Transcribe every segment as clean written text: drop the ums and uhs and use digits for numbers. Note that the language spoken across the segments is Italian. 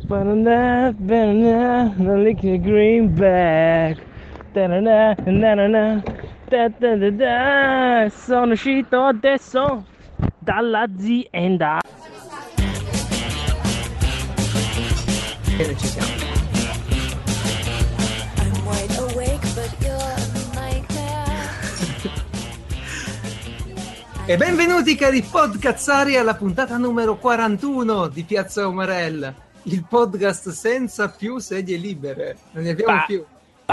Non lick greenback. Sono uscito adesso dall'azienda. Bene, ci siamo. I'm wide awake, but you're a nightmare. E benvenuti cari podcazzari alla puntata numero 41 di Piazza Umarell, il podcast senza più sedie libere. Non ne abbiamo più.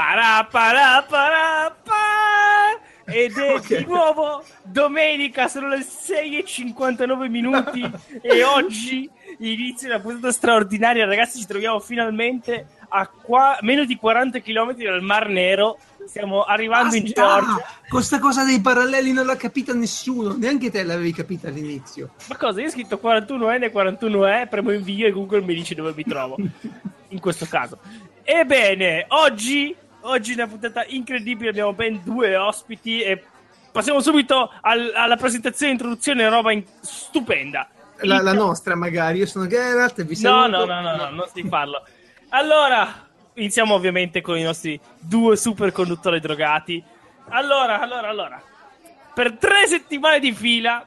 Ed è di nuovo domenica, sono le 6:59 minuti e oggi inizia una puntata straordinaria. Ragazzi, ci troviamo finalmente a meno di 40 km dal Mar Nero. Stiamo arrivando in Georgia. Questa cosa dei paralleli non l'ha capita nessuno, neanche te l'avevi capita all'inizio. Ma cosa? Io ho scritto 41N e 41E, premo invio e Google mi dice dove mi trovo. In questo caso. Ebbene, oggi è una puntata incredibile, abbiamo ben 2 ospiti e passiamo subito alla presentazione e introduzione, roba stupenda. La nostra magari, io sono Geralt e vi saluto. No, non si farlo. Allora, iniziamo ovviamente con i nostri 2 super conduttori drogati. Allora. Per 3 settimane di fila,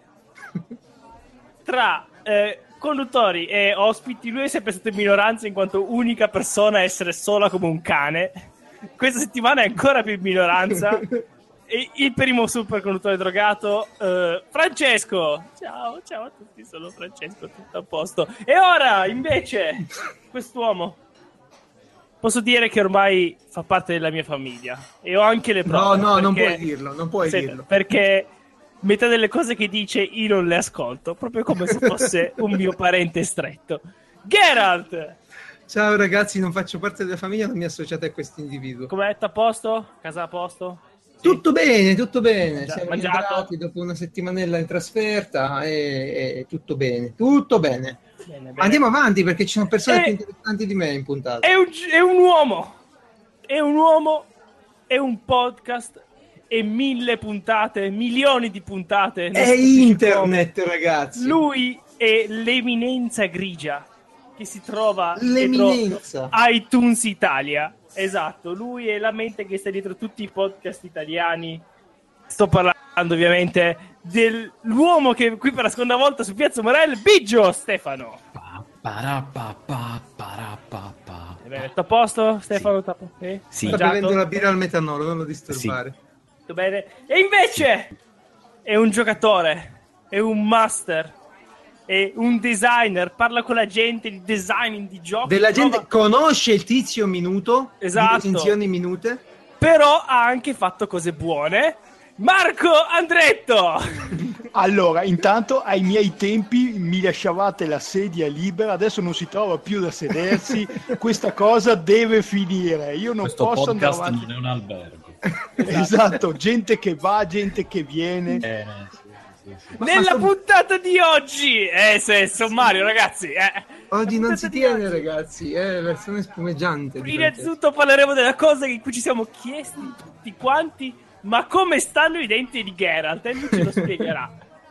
tra conduttori e ospiti, lui è sempre stato in minoranza in quanto unica persona a essere sola come un cane. Questa settimana è ancora più in minoranza. E il primo super conduttore drogato, Francesco. Ciao a tutti, sono Francesco, tutto a posto. E ora, invece, quest'uomo, posso dire che ormai fa parte della mia famiglia. E ho anche le prove. No, non puoi dirlo. Perché metà delle cose che dice io non le ascolto, proprio come se fosse un mio parente stretto. Geralt! Ciao ragazzi, non faccio parte della famiglia, non mi associate a questo individuo. Com'è? Tutto a posto? Casa a posto? Sì. Tutto bene. Siamo mangiato rientrati dopo una settimanella in trasferta e tutto bene. Bene. Andiamo avanti perché ci sono persone più interessanti di me in puntata. È un uomo, è un podcast e 1000 puntate, milioni di puntate. È internet, ragazzi. Lui è l'eminenza grigia che si trova l'eminenza dietro iTunes Italia. Esatto, lui è la mente che sta dietro tutti i podcast italiani. Sto parlando ovviamente dell'uomo che è qui per la seconda volta su Piazza Umarell, Biggio Stefano. Bene, tutto a posto, Stefano? Sì. Sta bevendo la birra al metanolo, non lo disturbare. Sì. Tutto bene. E invece è un giocatore, è un master, è un designer, parla con la gente di designing di giochi. Della gente conosce il tizio minuto, esatto, di recensioni minute. Però ha anche fatto cose buone. Marco Andretto! Allora, intanto ai miei tempi mi lasciavate la sedia libera, adesso non si trova più da sedersi, questa cosa deve finire. Io non questo posso andare podcast avanti. non è un albergo. Esatto, gente che va, gente che viene. Sì. Nella puntata di oggi, sommario, ragazzi. Oggi non si tiene, ragazzi, è versione spumeggiante. Innanzitutto parleremo della cosa in cui ci siamo chiesti tutti quanti, ma come stanno i denti di Geralt? E lui ce lo spiegherà.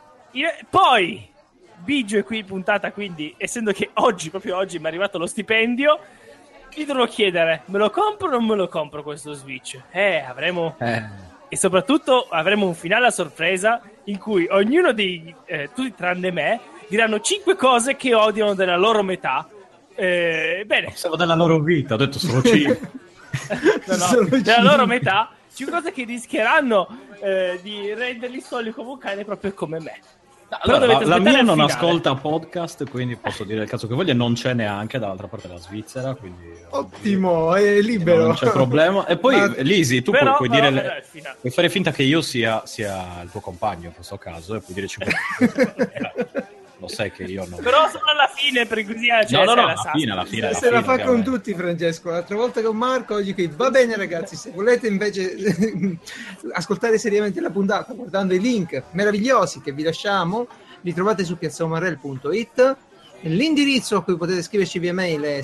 Poi, Biggio è qui in puntata, quindi, essendo che proprio oggi mi è arrivato lo stipendio, gli dovrò chiedere, me lo compro o non me lo compro questo Switch? Avremo... E soprattutto avremo un finale a sorpresa in cui ognuno di tutti tranne me diranno 5 cose che odiano della loro metà. Bene. Pensavo della loro vita, ho detto solo 5. Della loro metà, 5 cose che rischieranno di renderli soli come un cane, proprio come me. Allora, la mia non ascolta podcast, quindi posso dire il cazzo che voglio, e non c'è neanche dall'altra parte della Svizzera, quindi ottimo, è libero, non c'è problema. E poi Lisi, tu puoi dire puoi fare finta che io sia il tuo compagno in questo caso e puoi dire 5. Lo sai che io non. Però solo alla fine, per così alla fine se la fa con tutti, Francesco. L'altra volta con Marco, oggi qui. Va bene, ragazzi, se volete invece ascoltare seriamente la puntata guardando i link meravigliosi che vi lasciamo, li trovate su piazzaumarell.it. L'indirizzo a cui potete scriverci via mail è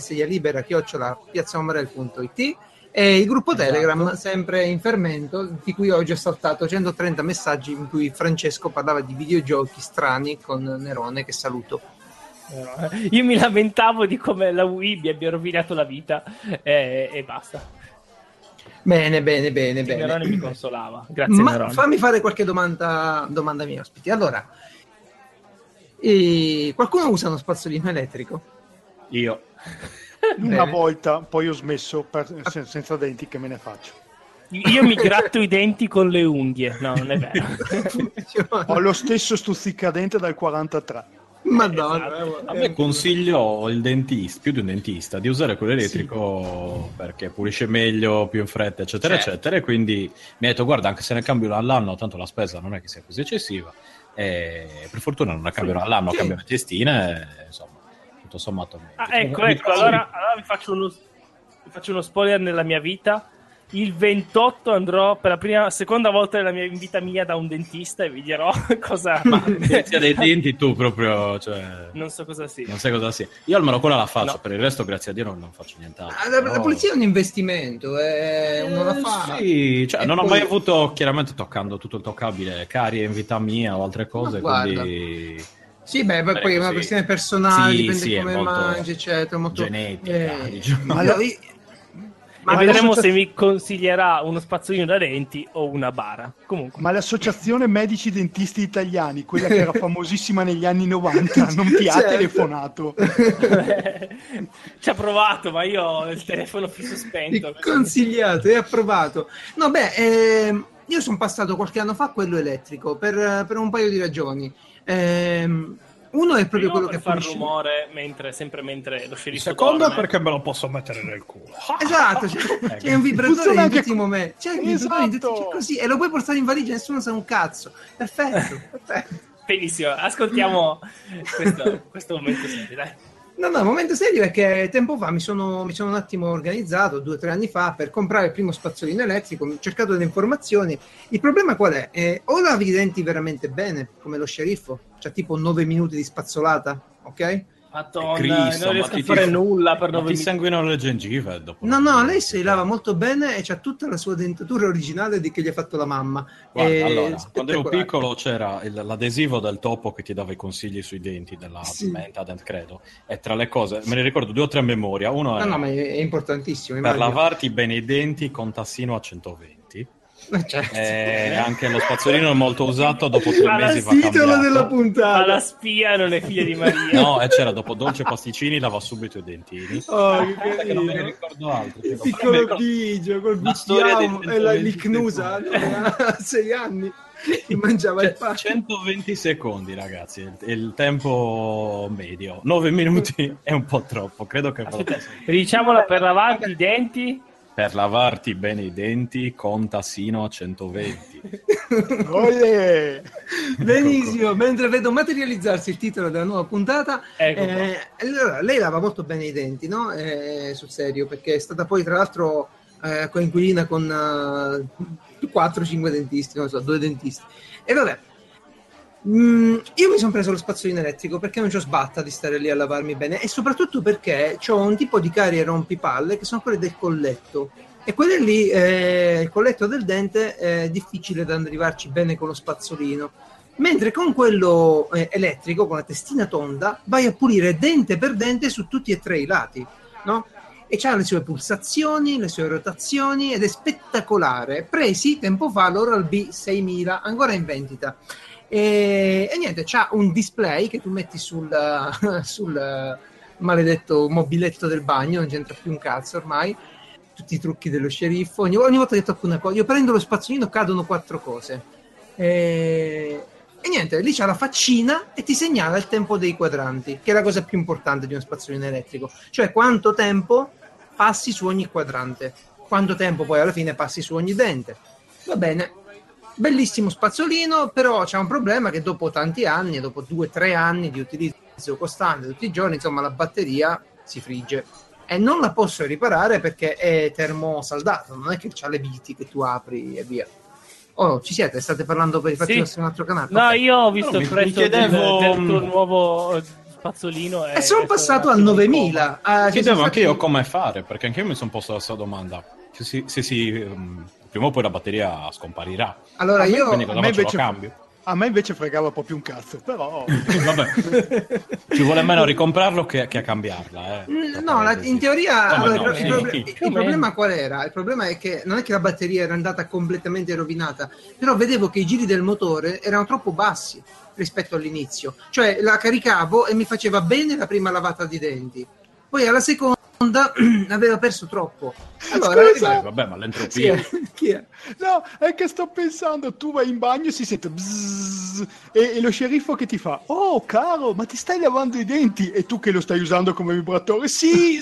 sedialibera@piazzaumarell.it. E il gruppo Telegram, sempre in fermento, di cui oggi ho saltato 130 messaggi in cui Francesco parlava di videogiochi strani con Nerone, che saluto. Io mi lamentavo di come la Wii mi abbia rovinato la vita e basta. Bene. Nerone mi consolava. Grazie, Nerone. Fammi fare qualche domanda ai miei ospiti. Allora, qualcuno usa uno spazzolino elettrico? Io. Una volta, poi ho smesso senza denti, che me ne faccio. Io mi gratto i denti con le unghie. No, non è vero. Ho lo stesso stuzzicadente dal 43. Madonna. A me consiglio il dentista, più di un dentista, di usare quello elettrico perché pulisce meglio, più in fretta, eccetera, eccetera. E quindi mi ha detto: guarda, anche se ne cambio all'anno, tanto la spesa non è che sia così eccessiva. E per fortuna non la cambierò all'anno, cambio le testine, insomma, tutto sommato. Ecco, allora vi faccio uno spoiler nella mia vita. Il 28 andrò per la seconda volta nella mia vita mia da un dentista e vi dirò cosa. Ma pulizia dei denti tu proprio, cioè. Non so cosa sia. Non sai cosa sia. Io almeno quella la faccio, per il resto, grazie a Dio, non faccio nient'altro. La pulizia è un investimento, uno la fa. Sì, cioè, non ho mai avuto, chiaramente toccando tutto il toccabile, carie in vita mia o altre cose, quindi. Sì, poi è una questione personale, dipende come molto mangi, eccetera. Molto genetica, diciamo. Ma vedremo se mi consiglierà uno spazzolino da denti o una bara. Comunque. Ma l'associazione medici dentisti italiani, quella che era famosissima negli anni 90, non ti ha telefonato? Ci ha provato, ma io ho il telefono fisso spento. Consigliato e approvato. No, io sono passato qualche anno fa a quello elettrico per un paio di ragioni. Uno è proprio quello che fa rumore mentre lo sceriffo. Secondo è perché me lo posso mettere nel culo. Esatto, c'è un vibratore in tutti i momenti. C'è un vibratore in tutti, così, e lo puoi portare in valigia, nessuno sa un cazzo. Perfetto. Benissimo, ascoltiamo questo momento serio, dai. No, momento serio è che tempo fa mi sono un attimo organizzato, 2 o 3 anni fa, per comprare il primo spazzolino elettrico, ho cercato delle informazioni. Il problema qual è? O lavi i denti veramente bene, come lo sceriffo, cioè tipo 9 minuti di spazzolata, ok? Madonna, non riesco a fare nulla per 9 minuti. Ti sanguinano le gengive dopo. No, lei si lava molto bene e c'ha tutta la sua dentatura originale che gli ha fatto la mamma. Guarda, allora, quando ero piccolo c'era l'adesivo del topo che ti dava i consigli sui denti della Mentadent, credo. E tra le cose, me ne ricordo 2 o 3 a memoria. Uno è, ma è importantissimo. Per lavarti bene i denti con tassino a 120. Certo. Anche lo spazzolino è molto usato, dopo 3 mesi va cambiato. Titolo della puntata. Ma la spia non è figlia di Maria. No, c'era dopo dolce pasticcini, lava subito i dentini. Che non me ne ricordo altro. Il piccolo Bigio col bicchiamo e l'icnusa a 6 anni mangiava il pane. 120 secondi, ragazzi, il tempo medio. 9 minuti è un po' troppo, credo che diciamola per lavarti i denti. Per lavarti bene i denti con tassino a 120. Benissimo, mentre vedo materializzarsi il titolo della nuova puntata, allora, lei lava molto bene i denti, no? Sul serio, perché è stata poi tra l'altro coinquilina con 4-5 dentisti, non so, 2 dentisti. E vabbè, io mi sono preso lo spazzolino elettrico perché non c'ho sbatta di stare lì a lavarmi bene, e soprattutto perché c'ho un tipo di carie rompipalle che sono quelle del colletto, e quelle lì, il colletto del dente è difficile da arrivarci bene con lo spazzolino, mentre con quello elettrico, con la testina tonda, vai a pulire dente per dente su tutti e 3 i lati, no? E c'ha le sue pulsazioni, le sue rotazioni, ed è spettacolare. Presi tempo fa l'Oral-B 6000, ancora in vendita. E niente, c'ha un display che tu metti sul maledetto mobiletto del bagno, non c'entra più un cazzo ormai, tutti i trucchi dello sceriffo. Ogni volta che tocco una cosa, io prendo lo spazzolino, cadono 4 cose. E niente, lì c'ha la faccina e ti segnala il tempo dei quadranti, che è la cosa più importante di uno spazzolino elettrico, cioè quanto tempo passi su ogni quadrante, quanto tempo poi alla fine passi su ogni dente. Va bene. Bellissimo spazzolino, però c'è un problema che dopo tanti anni, dopo 2-3 anni di utilizzo costante tutti i giorni, insomma, la batteria si frigge e non la posso riparare perché è termosaldato, non è che c'ha le viti che tu apri e via. Oh, ci siete? State parlando per i fatti nostri un altro canale? No, okay. Io ho visto il prezzo del tuo nuovo spazzolino e sono passato a 9.000. Chiedevo anche io come fare, perché anche io mi sono posto la stessa domanda. Se prima o poi la batteria scomparirà. Allora io invece cambio. A me invece fregava proprio un cazzo, però... Vabbè, ci vuole meno ricomprarlo che a cambiarla. No, in teoria Come allora, no? il problema qual era? Il problema è che non è che la batteria era andata completamente rovinata, però vedevo che i giri del motore erano troppo bassi rispetto all'inizio. Cioè la caricavo e mi faceva bene la prima lavata di denti. Poi alla seconda aveva perso troppo. Allora, Scusa. Vabbè, ma l'entropia. chi è? No, è che sto pensando, tu vai in bagno e si sente bzzz, e lo sceriffo che ti fa: oh caro, ma ti stai lavando i denti? E tu che lo stai usando come vibratore? Sì.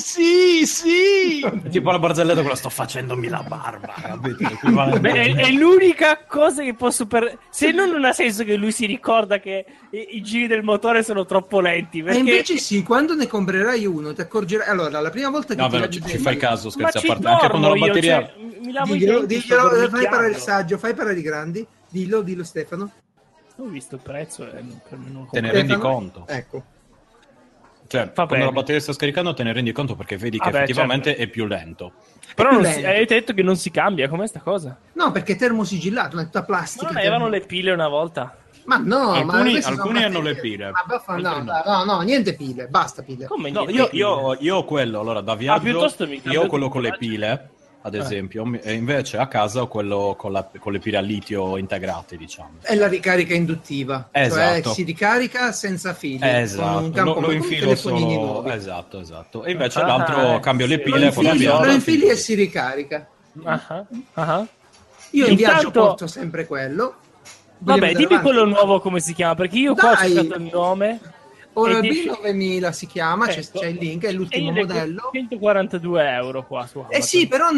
Tipo la barzelletta, quello sto facendomi la barba, capito? Beh, è l'unica cosa che posso se non ha senso che lui si ricorda che i giri del motore sono troppo lenti, perché... E invece sì, quando ne comprerai uno ti accorgerai. Allora, la prima volta che No, ti vero, lavi i ci denti- fai caso, Ma scherzi a ci parte. Anche quando la dormo io, batteria... cioè, mi lavo i denti, sto diglielo, fai dormicchiando. parlare il saggio, fai parlare i grandi. Dillo Stefano. Ho visto il prezzo e per me non Te ne compro. rendi Stefano? conto? Ecco. Cioè, Va quando bene. la batteria sta scaricando te ne rendi conto perché vedi che Vabbè, effettivamente certo. è più lento. Però più non si, lento. avete detto che non si cambia, com'è sta cosa? No, perché è termosigillato, non è tutta Ma plastica. non avevano le pile una volta? Ma no, Alcuni- queste sono alcuni hanno batterie. le pile. Ma Altri no, niente pile, basta pile. Come No, niente io ho quello, allora da viaggio piuttosto mi io cambio ho quello di con le coraggio. pile, ad esempio, e invece a casa ho quello con le pile a litio integrate, diciamo. È la ricarica induttiva, cioè Esatto. si ricarica senza fili, con un Esatto, campo lo come i infilo telefonini solo... nuovi. Esatto. E invece Ah, l'altro cambio le sì. pile Lo quando infili- viaggio. Lo infili e così. si ricarica. Ah. Io in viaggio Intanto- porto sempre quello. Vogliamo Vabbè, andare dimmi avanti? quello nuovo come si chiama, perché io qua ho Dai! cercato il nome. Ora e il dice- B9000 si chiama, Ecco. c'è il link, è E l'ultimo io leggo modello. 142 euro qua su Amazon. Eh sì, però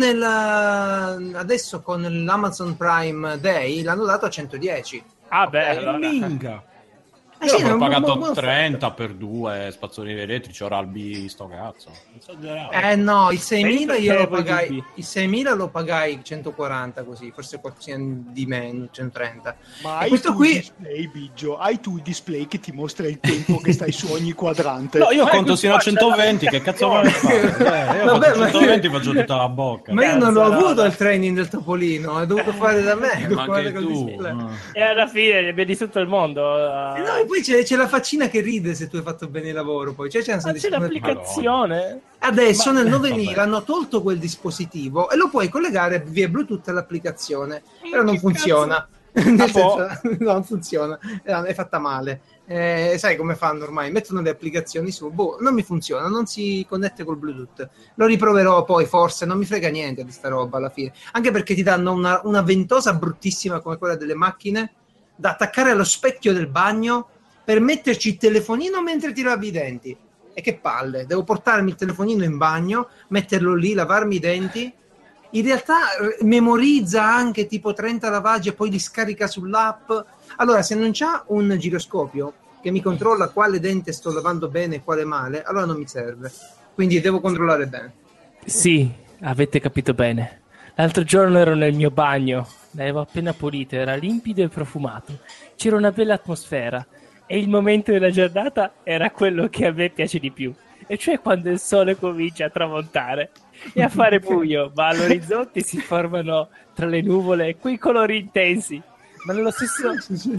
adesso con l'Amazon Prime Day l'hanno dato a 110. Ah beh, allora. Minga! Eh Io sì, avevo è un pagato buon 30 per 2 spazzolini elettrici, ora al sto cazzo. Esagerato. No, il 6000 io perché lo voi pagai, dubbi? il 6000 lo pagai 140 così, forse qualcosa di meno, 130. Ma E hai questo tu qui il display, Biggio? Hai tu il display che ti mostra il tempo che stai su ogni quadrante? No, io Ma conto qui sino a qua c'è 120, la- che cazzo vuoi fare? Io Vabbè, faccio ma- 120 faccio tutta la bocca. Ma io non l'ho Cazzo, no, avuto no. il training del Topolino, è dovuto fare da me, Ma guarda anche col tu. display. E alla fine li abbiamo distrutto il mondo. E no, e poi c'è la faccina che ride se tu hai fatto bene il lavoro, poi c'è Ma c'è l'applicazione. Adesso Ma- nel 9000 vabbè. hanno tolto quel dispositivo e lo puoi collegare via Bluetooth all'applicazione, però non Che funziona. cazzo? Nel Ah, senso, boh. no, non funziona, è fatta male. Sai come fanno ormai? Mettono le applicazioni su, non mi funziona, non si connette col Bluetooth. Lo riproverò poi, forse, non mi frega niente di sta roba alla fine. Anche perché ti danno una ventosa bruttissima come quella delle macchine da attaccare allo specchio del bagno per metterci il telefonino mentre ti lavi i denti. E che palle, devo portarmi il telefonino in bagno, metterlo lì, lavarmi i denti. In realtà memorizza anche tipo 30 lavaggi e poi li scarica sull'app. Allora, se non c'ha un giroscopio che mi controlla quale dente sto lavando bene e quale male, allora non mi serve. Quindi devo controllare bene. Sì, avete capito bene. L'altro giorno ero nel mio bagno, l'avevo appena pulito, era limpido e profumato. C'era una bella atmosfera e il momento della giornata era quello che a me piace di più. E cioè quando il sole comincia a tramontare e a fare buio, ma all'orizzonte si formano tra le nuvole quei colori intensi, ma nello stesso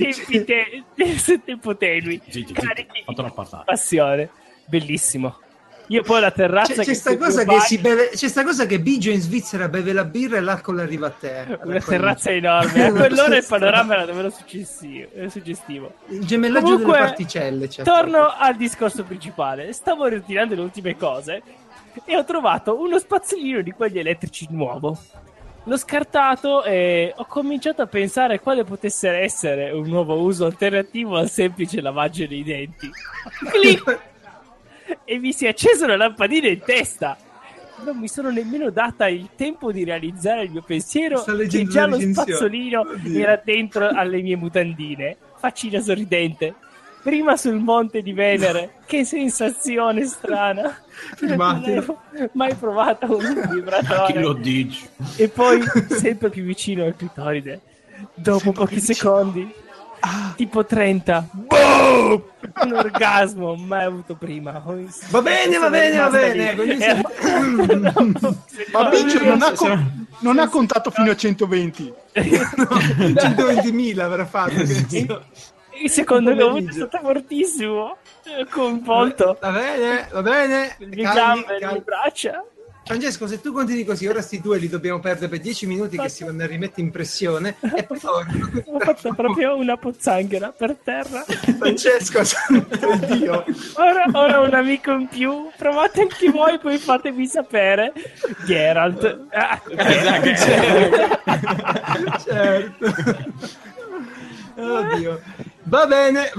tempo tenui, Zitti, carichi fatelo di parlare. passione. Bellissimo. Io poi la terrazza C'è sta cosa c'è sta cosa che Biggio in Svizzera beve la birra e l'alcol arriva a te. una terrazza enorme. A quell'ora il panorama era davvero suggestivo. Il gemellaggio Comunque, delle particelle. certo. torno al discorso principale. Stavo ritirando le ultime cose e ho trovato uno spazzolino di quegli elettrici nuovo. L'ho scartato e ho cominciato a pensare quale potesse essere un nuovo uso alternativo al semplice lavaggio dei denti. Clic! E mi si è accesa una lampadina in testa. Non mi sono nemmeno data il tempo di realizzare il mio pensiero Sta che leggendo già la lo recensione. spazzolino Oddio. era dentro alle mie mutandine. Faccina sorridente. Prima sul monte di Venere. Che sensazione strana. Filmati. Non avevo mai provato un Chi lo vibratore. dici? E poi sempre più vicino al clitoride. Dopo pochi secondi. Tipo 30. Boom! Un orgasmo mai avuto prima. Va bene. Quindi quindi Ma Ma Biggio non ha Non ha contato fino a 120. No, 120.000 avrà fatto. Il secondo gol è stato fortissimo. Con Ponto. Va bene. Le mie gambe, le mie braccia. Francesco, se tu continui così, ora sti due li dobbiamo perdere per 10 minuti che si vanno a rimettere in pressione e poi tornano. Ho fatto proprio una pozzanghera per terra. Francesco, santo Dio. Ora un amico in più. Provate anche voi, poi fatemi sapere. Geralt. Certo. Oddio. Va bene.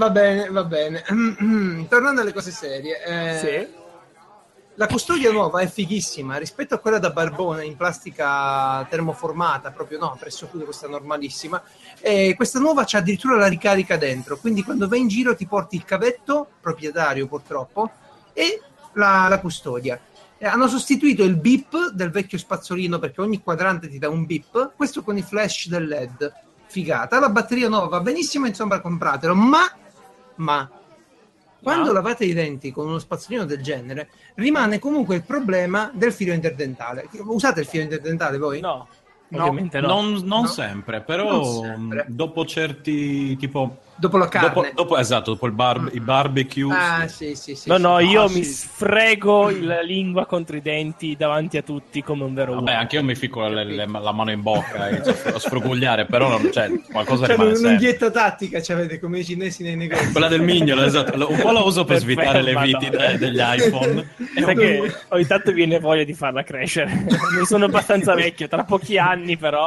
Tornando alle cose serie. Sì. La custodia nuova è fighissima rispetto a quella da barbone in plastica termoformata, proprio no, pressoché questa normalissima. E questa nuova c'ha addirittura la ricarica dentro, quindi quando vai in giro ti porti il cavetto, proprietario purtroppo, e la custodia. Hanno sostituito il bip del vecchio spazzolino, perché ogni quadrante ti dà un bip, questo con i flash del LED. Figata. La batteria nuova va benissimo, insomma compratelo, ma quando lavate i denti con uno spazzolino del genere, rimane comunque il problema del filo interdentale. Usate il filo interdentale voi? No, ovviamente no. Non No? sempre, però Non sempre. dopo certi, tipo... Dopo la carne. Dopo il barbecue. Ah, sì. No, io sì. mi sfrego la lingua contro i denti davanti a tutti come un vero uomo. Vabbè, anche io mi fico la mano in bocca e inizio a sfrugugliare, però non, qualcosa C'è rimane sempre. un'unghietta tattica, avete come i cinesi nei negozi. Quella del mignolo, esatto. Un po' la uso per svitare le viti degli iPhone. Sai che ogni tanto viene voglia di farla crescere. Non sono abbastanza vecchio, tra pochi anni però.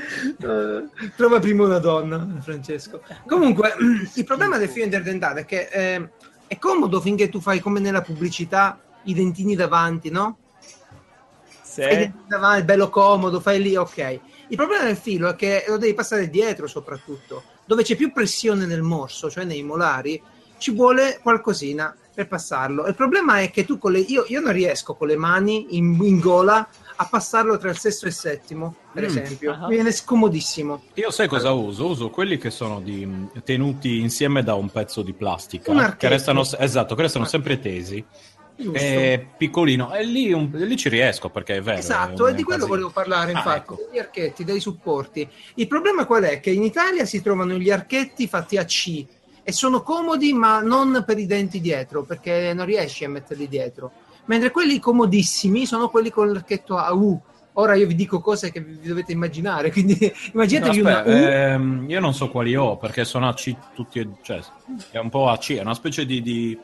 Trova prima una donna, Francesco. Comunque, il problema del filo interdentale è che è comodo finché tu fai come nella pubblicità i dentini davanti, no? Sì. Fai i dentini davanti, bello comodo, fai lì, ok. Il problema del filo è che lo devi passare dietro soprattutto, dove c'è più pressione nel morso, cioè nei molari, ci vuole qualcosina per passarlo. Il problema è che tu io non riesco con le mani in gola a passarlo tra il sesto e il settimo, per esempio. Mi viene scomodissimo. Io sai cosa uso? Uso quelli che sono tenuti insieme da un pezzo di plastica, Un archetto. che restano sempre tesi. Giusto. È piccolino, e lì ci riesco, perché è vero. Esatto, è e di quello casino. volevo parlare, infatti, Ecco. degli archetti, dei supporti. Il problema qual è? Che in Italia si trovano gli archetti fatti a C e sono comodi, ma non per i denti dietro, perché non riesci a metterli dietro. Mentre quelli comodissimi sono quelli con l'archetto a U. Ora io vi dico cose che vi dovete immaginare, quindi immaginatevi No, aspetta, una U. io non so quali ho, perché sono AC tutti, cioè è un po' AC, è una specie di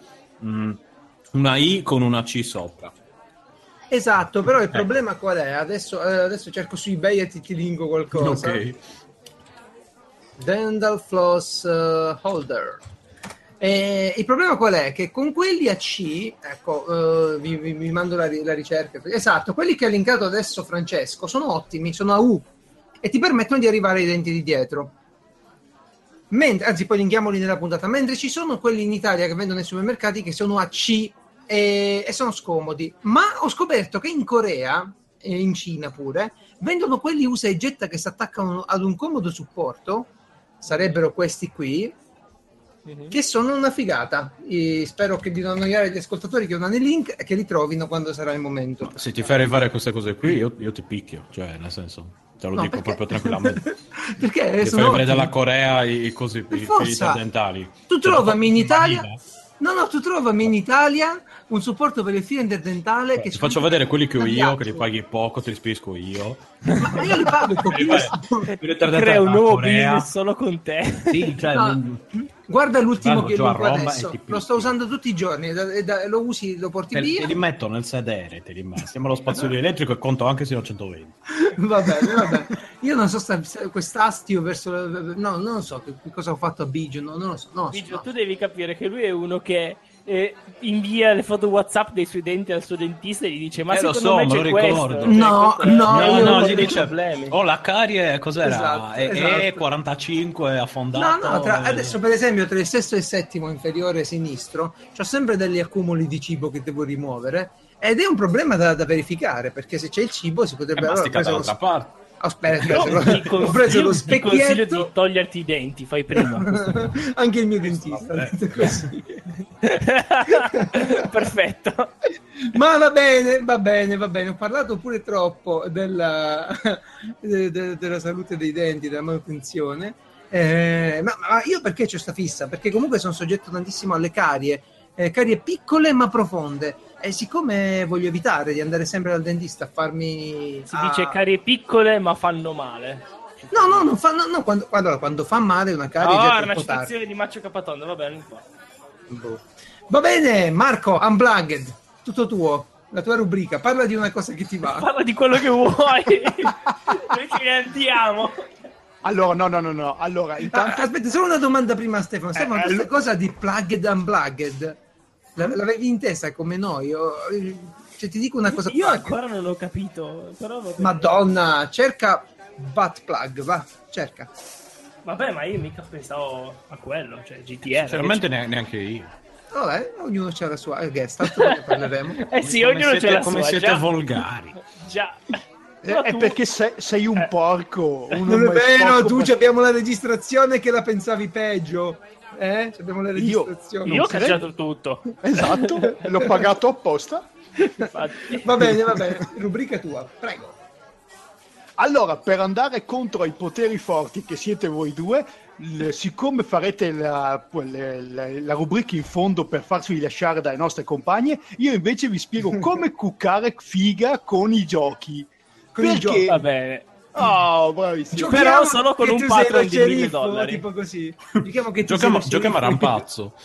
una I con una C sopra. Esatto, però il problema qual è? Adesso cerco su eBay e ti linko qualcosa. Ok. Dental Floss Holder. Il problema qual è? Che con quelli a C, ecco, vi mando la ricerca. Esatto, quelli che ha linkato adesso Francesco sono ottimi, sono a U e ti permettono di arrivare ai denti di dietro. Anzi, poi linkiamoli nella puntata. Mentre ci sono quelli in Italia che vendono nei supermercati che sono a C e sono scomodi. Ma ho scoperto che in Corea e in Cina pure vendono quelli usa e getta che si attaccano ad un comodo supporto. Sarebbero questi qui, che sono una figata. Spero che di non annoiare gli ascoltatori che non hanno i link e che li trovino quando sarà il momento. Se ti fai rifare queste cose qui, io ti picchio, cioè nel senso, te lo No, dico perché? proprio tranquillamente. Perché Ti fai sono vedere ottimi. dalla Corea i fili dentali. Tu trovami in Italia. Vanilla. No, tu trovami in Italia un supporto per il filo interdentale che Ti faccio vedere quelli che ho io, cambiato. che li paghi poco, te li spedisco io. Ma io li pago pochissimo. Crea un nuovo business solo con te. Sì, cioè, No, guarda l'ultimo Vado che giù a linko Roma adesso. e ti Lo sto usando tutti i giorni. Lo usi, lo porti te via. li metto nel sedere, te li metto. Siamo allo spazzolino elettrico e conto anche se ho 120. Va bene. Io non so quest'astio verso. No, non so che cosa ho fatto a Biggio. Non lo so. Biggio, tu devi capire che lui è uno che invia le foto WhatsApp dei suoi denti al suo dentista e gli dice: Ma Lo secondo so, me me c'è lo questo. ricordo. Cioè, No, questo è- no, io No, non gli ho dice: problemi. Oh, la carie cos'era? Esatto, È esatto. 45 affondato. No, adesso per esempio tra il sesto e il settimo inferiore sinistro c'ho sempre degli accumuli di cibo che devo rimuovere ed è un problema da verificare, perché se c'è il cibo si potrebbe... mastica dall'altra parte. Ho preso lo Ti consiglio specchietto. di toglierti i denti, fai prima. Anche il mio dentista ha detto così. Perfetto. Ma va bene, va bene, va bene. Ho parlato pure troppo della salute dei denti, della manutenzione. Ma io perché c'ho sta fissa? Perché comunque sono soggetto tantissimo alle carie, carie piccole ma profonde. E siccome voglio evitare di andare sempre dal dentista a farmi... Si dice carie piccole ma fanno male. No, non fa, no, quando fa male una carie... già è una troppo citazione tardi. di Maccio Capatonda, va bene, non importa. Va bene, Marco, Unplugged, tutto tuo. La tua rubrica, parla di una cosa che ti va. Parla di quello che vuoi. Noi ce ne andiamo. Allora, no. Allora, intanto... Aspetta, solo una domanda prima a Stefano. Stefano, questa cosa di plugged unplugged, l'avevi intesa come noi? Cioè, ti dico una cosa Io plugged. ancora non ho capito. Però va bene. Madonna, cerca butt plug, va, cerca. Vabbè, ma io mica pensavo a quello, cioè GTR. Sinceramente neanche io. Vabbè, ognuno c'ha la sua guest, tanto ne parleremo. Sì, Come ognuno siete- c'è la come sua. siete già. volgari. Già. Però È tu- perché sei un porco. Non è vero, tu abbiamo la registrazione che la pensavi peggio. Abbiamo la registrazione. Io ho cacciato tutto. Esatto, l'ho pagato apposta. Infatti. Va bene, rubrica tua, prego. Allora, per andare contro ai poteri forti che siete voi due, siccome farete la rubrica in fondo per farvi lasciare dalle nostre compagne, io invece vi spiego come cuccare figa con i giochi. Con i giochi. Va bene. Oh, bravissimo. Giochiamo Però solo con che un tu sei Patreon lo di sceriffo, $1.000. tipo così. Giochiamo che tu Giochiamo sei lo a sceriffo. rampazzo.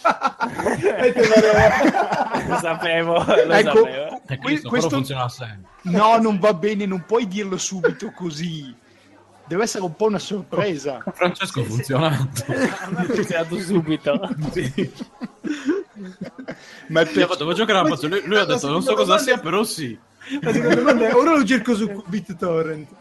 Lo sapevo. Ecco, E questo questo- però funziona sempre. No, non va bene, non puoi dirlo subito così. Deve essere un po' una sorpresa. Francesco ha funzionato. Ha funzionato subito. Ma è Io per... devo giocare a rampazzo. Lui ha detto non so cosa sia, però sì. La seconda domanda è, ora lo cerco su BitTorrent.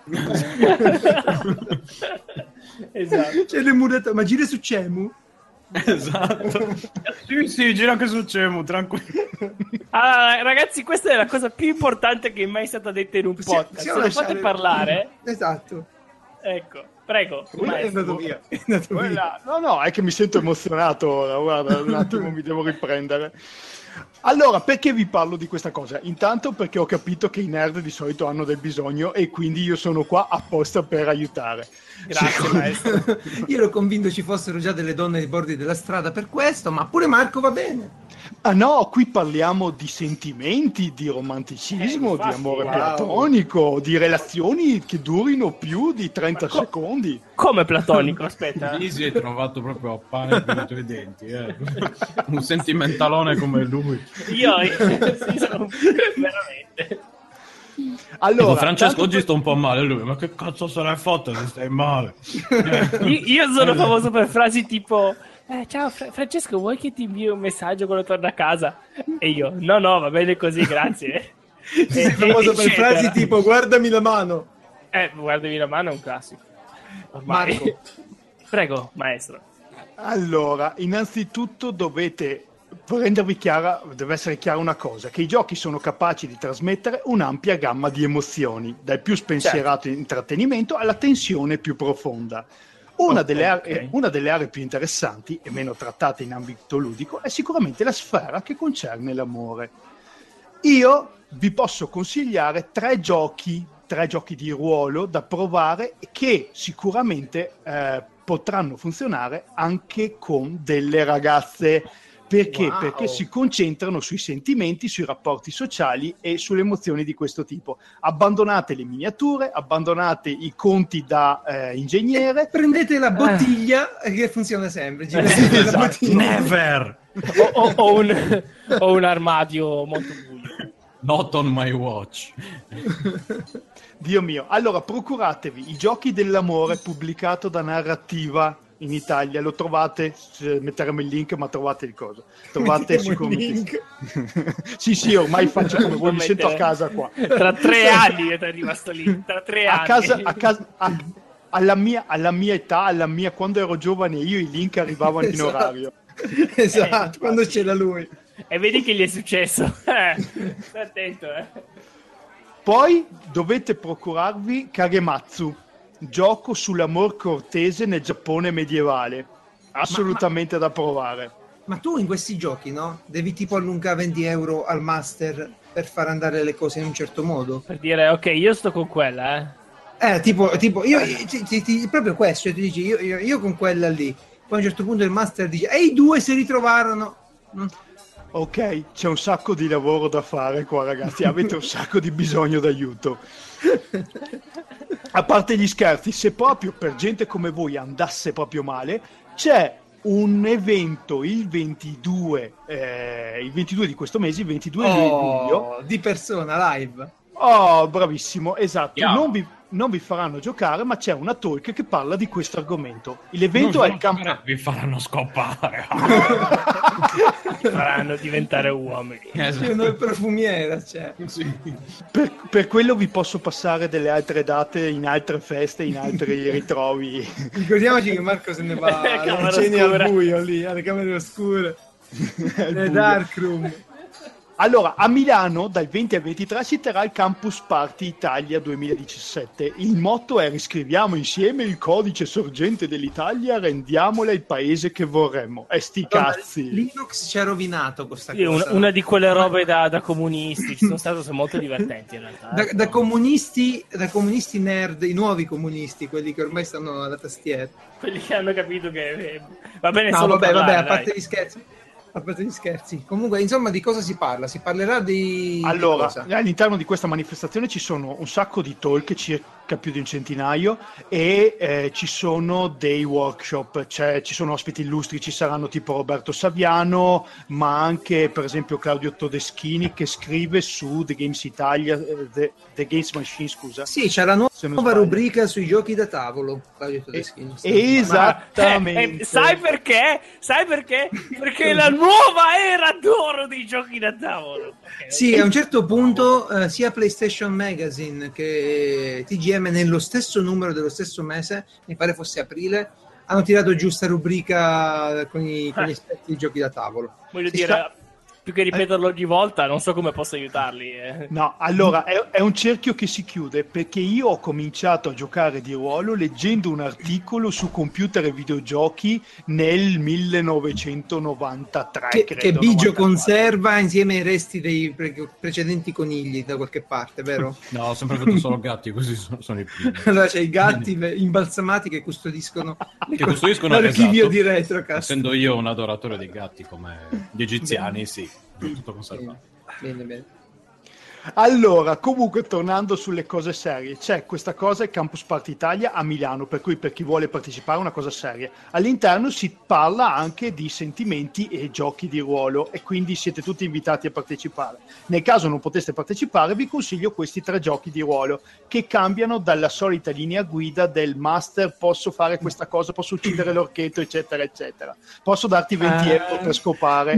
Esatto. C'è l'emulato, ma gira su Cemu? Esatto. Sì, gira anche su Cemu, tranquillo. Allora, ragazzi, questa è la cosa più importante che è mai stata detta in un podcast. Se lo fate parlare, Esatto. ecco, prego. È maestro. andato via. È andato via. Quella- No, è che mi sento emozionato ora, guarda, un attimo mi devo riprendere. Allora, perché vi parlo di questa cosa? Intanto perché ho capito che i nerd di solito hanno del bisogno e quindi io sono qua apposta per aiutare. Grazie, maestro. Io ero convinto ci fossero già delle donne ai bordi della strada per questo, ma pure Marco va bene. Ah no, qui parliamo di sentimenti, di romanticismo, infatti, di amore wow. platonico, di relazioni che durino più di 30 secondi. Come platonico, aspetta. Easy hai trovato proprio a pane per i tuoi denti. Un sentimentalone come lui. Io sì, sono veramente. Allora, Dico, Francesco, tanto oggi sto un po' male. Lui, ma che cazzo se l'hai fatta se stai male? Io sono famoso per frasi tipo ciao Francesco, vuoi che ti invii un messaggio quando torno a casa? E io no, va bene così, grazie. Sei famoso per eccetera. frasi tipo guardami la mano. Guardami la mano è un classico ormai. Marco. Prego, maestro. Allora, innanzitutto deve essere chiara una cosa, che i giochi sono capaci di trasmettere un'ampia gamma di emozioni, dal più spensierato intrattenimento alla tensione più profonda. Una delle aree più interessanti e meno trattate in ambito ludico è sicuramente la sfera che concerne l'amore. Io vi posso consigliare tre giochi di ruolo da provare che sicuramente potranno funzionare anche con delle ragazze. Perché? Wow. Perché si concentrano sui sentimenti, sui rapporti sociali e sulle emozioni di questo tipo. Abbandonate le miniature, abbandonate i conti da ingegnere. Prendete la bottiglia che funziona sempre. Girate la Esatto. bottiglia. Never! o un armadio molto buio. Not on my watch. Dio mio. Allora, procuratevi i giochi dell'amore pubblicato da Narrativa in Italia. Lo trovate, metteremo il link, ma trovate il coso. Trovate Mettiamo il link. sì, ormai faccio come voi, mi sento a mettere- casa qua. Tra 3 anni è rimasto lì. Tra 3 anni. Alla mia età, quando ero giovane io, i link arrivavano in Esatto. orario. Esatto, quando c'era lui. E vedi che gli è successo. Stai attento, Poi dovete procurarvi Kagematsu, gioco sull'amor cortese nel Giappone medievale. Assolutamente da provare. Ma tu in questi giochi, no? Devi tipo allungare 20 euro al master per far andare le cose in un certo modo. Per dire, ok, io sto con quella, Tipo io proprio questo, ti dici io con quella lì. Poi a un certo punto il master dice, e i due si ritrovarono. Non- Ok, c'è un sacco di lavoro da fare qua, ragazzi. Avete un sacco di bisogno d'aiuto. A parte gli scherzi, se proprio per gente come voi andasse proprio male, c'è un evento il 22 di questo mese, il 22 luglio. Di persona live. Oh, bravissimo, esatto. Yeah. Non vi faranno giocare, ma c'è una talk che parla di questo argomento. L'evento è il campo. Vi faranno scoppare. Vi faranno diventare uomini. C'è una profumiera, c'è. Sì. Per quello vi posso passare delle altre date in altre feste, in altri ritrovi. Ricordiamoci che Marco se ne va alle Camera cene oscura. al buio lì, alle camere oscure, Al le buio. dark room. Allora, a Milano dal 20 al 23 si terrà il Campus Party Italia 2017. Il motto è: riscriviamo insieme il codice sorgente dell'Italia, rendiamola il paese che vorremmo. E sti cazzi. Linux ci ha rovinato questa Sì, cosa. una di quelle robe da comunisti. Ci sono state sono molto divertenti in realtà. Da comunisti nerd, i nuovi comunisti, quelli che ormai stanno alla tastiera. Quelli che hanno capito che va bene No, solo vabbè, parlare, a parte dai. gli scherzi. A parte gli scherzi. Comunque, insomma, di cosa si parla? Si parlerà di Allora, cosa? all'interno di questa manifestazione ci sono un sacco di talk, circa più di un centinaio, e ci sono dei workshop, cioè ci sono ospiti illustri, ci saranno tipo Roberto Saviano, ma anche per esempio Claudio Todeschini che scrive su The Games Italia, The Games Machine, scusa. Sì, c'è la Se non nuova sbaglio. rubrica sui giochi da tavolo. Claudio Todeschini. Esattamente. Sai perché? Sai perché? Perché è la nuova era d'oro dei giochi da tavolo. Sì, a un certo punto sia PlayStation Magazine che TGM nello stesso numero dello stesso mese, mi pare fosse aprile, hanno tirato giù sta rubrica con gli esperti di giochi da tavolo. Voglio Si dire, sta- più che ripeterlo ogni volta, non so come posso aiutarli. No, allora è un cerchio che si chiude perché io ho cominciato a giocare di ruolo leggendo un articolo su computer e videogiochi nel 1993. che credo, Biggio 94. conserva insieme ai resti dei precedenti conigli da qualche parte, vero? No, ho sempre avuto solo gatti, questi sono i primi. Allora c'è i gatti imbalsamati che custodiscono Che custodiscono, l'archivio esatto. di Retrocast. Essendo io un adoratore dei gatti come gli egiziani, sì, tutto conservato. Bene. Allora, comunque tornando sulle cose serie, c'è questa cosa, il Campus Party Italia a Milano, per cui per chi vuole partecipare è una cosa seria. All'interno si parla anche di sentimenti e giochi di ruolo e quindi siete tutti invitati a partecipare. Nel caso non poteste partecipare, vi consiglio questi 3 giochi di ruolo che cambiano dalla solita linea guida del master, posso fare questa cosa, posso uccidere l'orchetto, eccetera, eccetera. Posso darti 20 euro per scopare.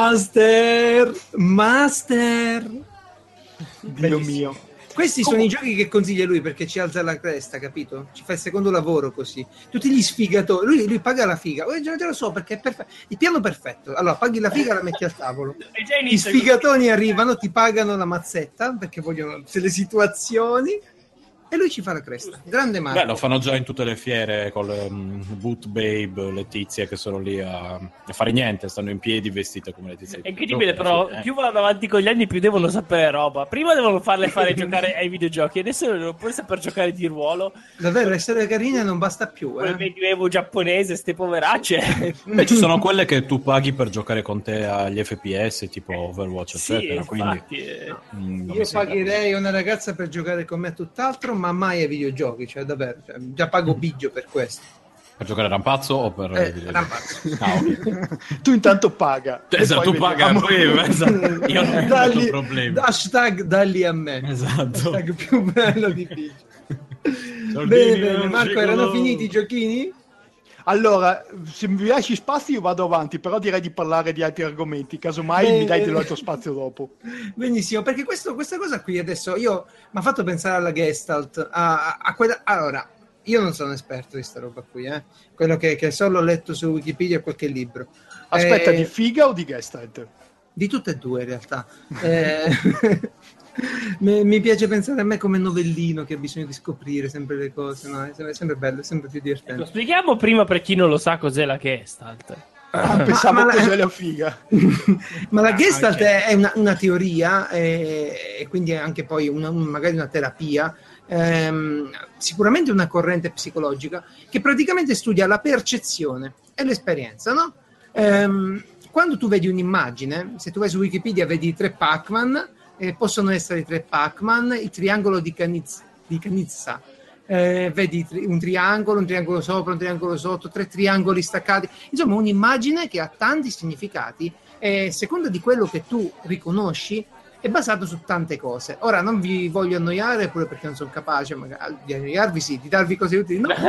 Master. Dio mio. Questi sono i giochi che consiglia lui perché ci alza la cresta, capito? Ci fa il secondo lavoro così. Tutti gli sfigatori, lui paga la figa. Già te lo so perché è perfetto. Il piano perfetto. Allora paghi la figa e la metti al tavolo. E già Gli inizia sfigatoni arrivano, ti pagano la mazzetta perché vogliono le situazioni e lui ci fa la cresta. Grande Marco. Beh, lo fanno già in tutte le fiere con le boot babe, le tizie che sono lì a fare niente, stanno in piedi vestite come le tizie. È incredibile, però più vanno avanti con gli anni più devono sapere roba. Prima devono farle fare giocare ai videogiochi, adesso devono pure saper giocare di ruolo. Davvero, essere carine non basta più, Quel medioevo giapponese, ste poveracce. Beh, ci sono quelle che tu paghi per giocare con te agli FPS, tipo Overwatch, Sì, eccetera. Quindi infatti. non mi Io sembra- pagherei una ragazza per giocare con me a tutt'altro, ma mai ai videogiochi, cioè davvero, già pago Biggio per questo. Per giocare a Rampazzo o per i videogiochi? Rampazzo. Ah, ok. Tu intanto paga. E Esatto, poi tu paga, vediamo. poi esatto. Io non metto Dalli- problemi. hashtag dalli a me. Esatto. Hashtag più bello di Biggio. Soldini, Bene, non Marco, erano gigolo. finiti i giochini? Allora, se mi lasci spazio io vado avanti, però direi di parlare di altri argomenti, casomai Bene. mi dai dell'altro spazio dopo. Benissimo, perché questa cosa qui adesso mi ha fatto pensare alla Gestalt, a quella. Allora, io non sono esperto di sta roba qui, quello che solo ho letto su Wikipedia e qualche libro. Aspetta, di figa o di Gestalt? Di tutte e due in realtà. Mi piace pensare a me come novellino che ha bisogno di scoprire sempre le cose, no? È sempre bello, è sempre più Lo divertente. spieghiamo prima per chi non lo sa cos'è la Gestalt. Pensavo ma- cos'è la figa. Ma la Gestalt anche. è una teoria e quindi è anche poi magari una terapia, sicuramente una corrente psicologica che praticamente studia la percezione e l'esperienza, no? Quando tu vedi un'immagine, se tu vai su Wikipedia vedi i 3 Pac-Man, possono essere i 3 Pac-Man, il triangolo di Canizza. Vedi un triangolo sopra, un triangolo sotto, 3 triangoli staccati, insomma un'immagine che ha tanti significati e a seconda di quello che tu riconosci è basato su tante cose. Ora non vi voglio annoiare pure perché non sono capace magari di annoiarvi, sì, di darvi cose utili, no?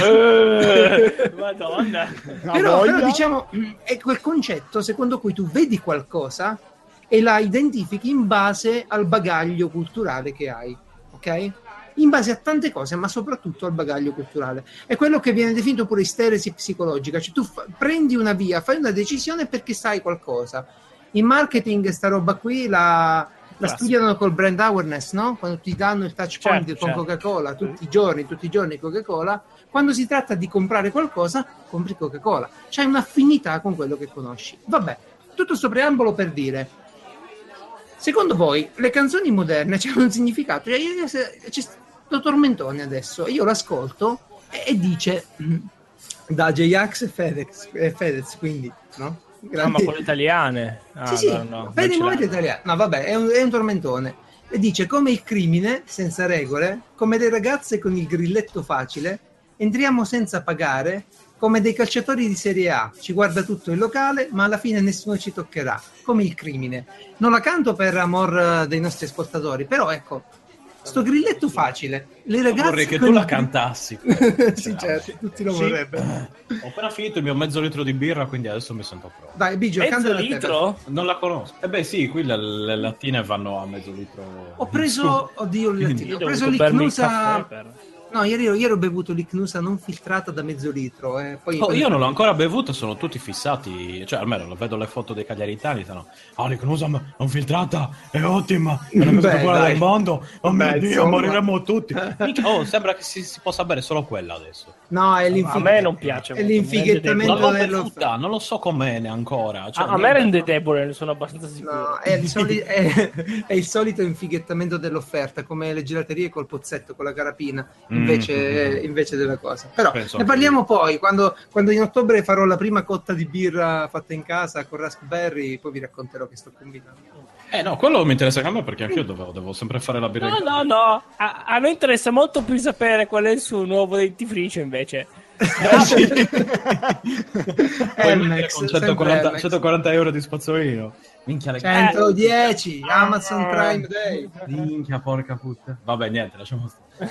Madonna. Però diciamo è quel concetto secondo cui tu vedi qualcosa e la identifichi in base al bagaglio culturale che hai, ok? In base a tante cose, ma soprattutto al bagaglio culturale. È quello che viene definito pure isteresi psicologica, cioè tu prendi una via, fai una decisione perché sai qualcosa. In marketing sta roba qui la studiano col brand awareness, no? Quando ti danno il touch point con certo. Coca-Cola tutti i giorni Coca-Cola, quando si tratta di comprare qualcosa, compri Coca-Cola. C'hai un'affinità con quello che conosci. Vabbè, tutto sto preambolo per dire, secondo voi le canzoni moderne hanno un significato? C'è sto tormentone adesso, io l'ascolto e dice da J-Ax e Fedez, quindi, no? No, ma quelle italiane. Sì, sì, No, per il non momento ce l'hanno. italiano. No, vabbè, è un tormentone. E dice, come il crimine, senza regole, come le ragazze con il grilletto facile, entriamo senza pagare, come dei calciatori di Serie A. Ci guarda tutto il locale, ma alla fine nessuno ci toccherà. Come il crimine. Non la canto per amor dei nostri ascoltatori, però ecco, sto grilletto facile. Le ragazze Vorrei che con tu il la cantassi. sì, certo, tutti lo Sì. vorrebbero. Ho appena finito il mio mezzo litro di birra, quindi adesso mi sento pronto. Dai, Bigio, Mezzo cantala a te. litro? Non la conosco. Eh beh sì, qui le lattine vanno a mezzo litro. Ho preso, oddio, il Quindi- lattino. Io Ho devo preso bermi il l'icnusa. caffè per... No, ieri ho bevuto l'icnusa non filtrata da mezzo litro. Poi Oh, io non l'ho ancora bevuto, sono tutti fissati. Cioè, almeno lo vedo le foto dei cagliaritani. Stanno, l'Icnusa non filtrata è ottima, è la cosa Beh, più buona dai. del mondo. Oh mio Beh, Dio, insomma. moriremo tutti. Minchia, oh, sembra che si possa bere solo quella adesso. No, è A me non piace È molto, l'infighettamento Non l'ho dello. bevuta, non lo so com'è ancora. Cioè, A me rende debole, ne sono abbastanza sicuro. No, è il solito infighettamento dell'offerta, come le gelaterie col pozzetto, con la carapina, invece della cosa. Però Penso ne anche parliamo poi, quando in ottobre farò la prima cotta di birra fatta in casa con raspberry, poi vi racconterò che sto combinando. no, quello mi interessa anche a me perché anch'io devo sempre fare la birra. No. A noi interessa molto più sapere qual è il suo nuovo dentifricio, invece. Puoi mettere Elmex, con sempre Elmex. 140 euro di spazzolino. Minchia, le 110 Amazon Prime Day. minchia, porca puttana. Vabbè, niente, lasciamo stare.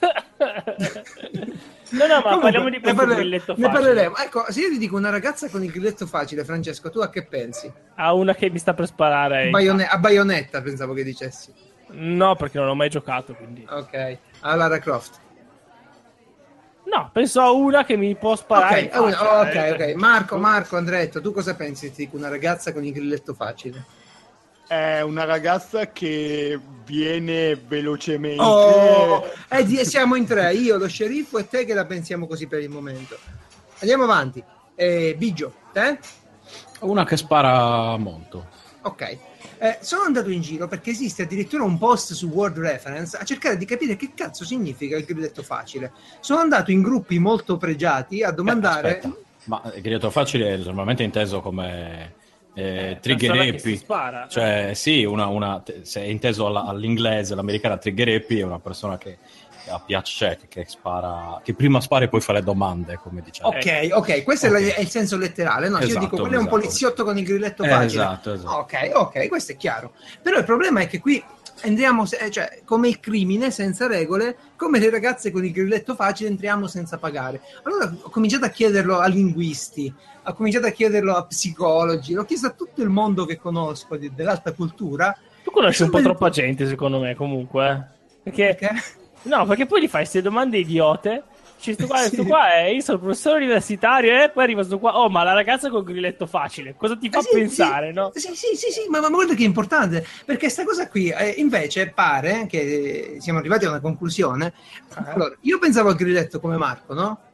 No, ma Comunque, parliamo di questo grilletto ne facile. parleremo. Ecco, se io ti dico una ragazza con il grilletto facile, Francesco, tu a che pensi? A una che mi sta per sparare. A Bayonetta pensavo che dicessi. No, perché non ho mai giocato, quindi. Ok, a Lara Croft. No, penso a una che mi può sparare. in faccia, ok. Marco, Andretto, tu cosa pensi di una ragazza con il grilletto facile? È una ragazza che viene velocemente. Siamo in 3, io, lo sceriffo e te che la pensiamo così per il momento. Andiamo avanti. Bigio, te? Una che spara molto. Ok. Sono andato in giro perché esiste addirittura un post su Word Reference a cercare di capire che cazzo significa il grilletto facile. Sono andato in gruppi molto pregiati a domandare. Aspetta, ma il grilletto facile è normalmente inteso come trigger persona che si happy. spara. Cioè, sì, se è inteso all'inglese, l'americana trigger happy è una persona che piace, che spara, che prima spara e poi fa le domande, come diciamo. Ok, questo è il senso letterale. No, io Esatto, dico, quello è un esatto. poliziotto con il grilletto facile. Esatto. Ok, questo è chiaro. Però il problema è che qui entriamo, cioè, come il crimine senza regole, come le ragazze con il grilletto facile entriamo senza pagare. Allora ho cominciato a chiederlo a linguisti, ho cominciato a chiederlo a psicologi, l'ho chiesto a tutto il mondo che conosco dell'alta cultura. Tu conosci un po' Insomma, troppa gente, secondo me, comunque. Perché? Perché? No, perché poi gli fai queste domande idiote. Sto Sì. qua io sono professore universitario e poi arriva sto qua. Oh, ma la ragazza col grilletto facile, cosa ti fa Sì, pensare, sì, no? Sì, ma guarda che è importante, perché sta cosa qui invece pare che siamo arrivati a una conclusione. Allora, io pensavo al grilletto come Marco, no?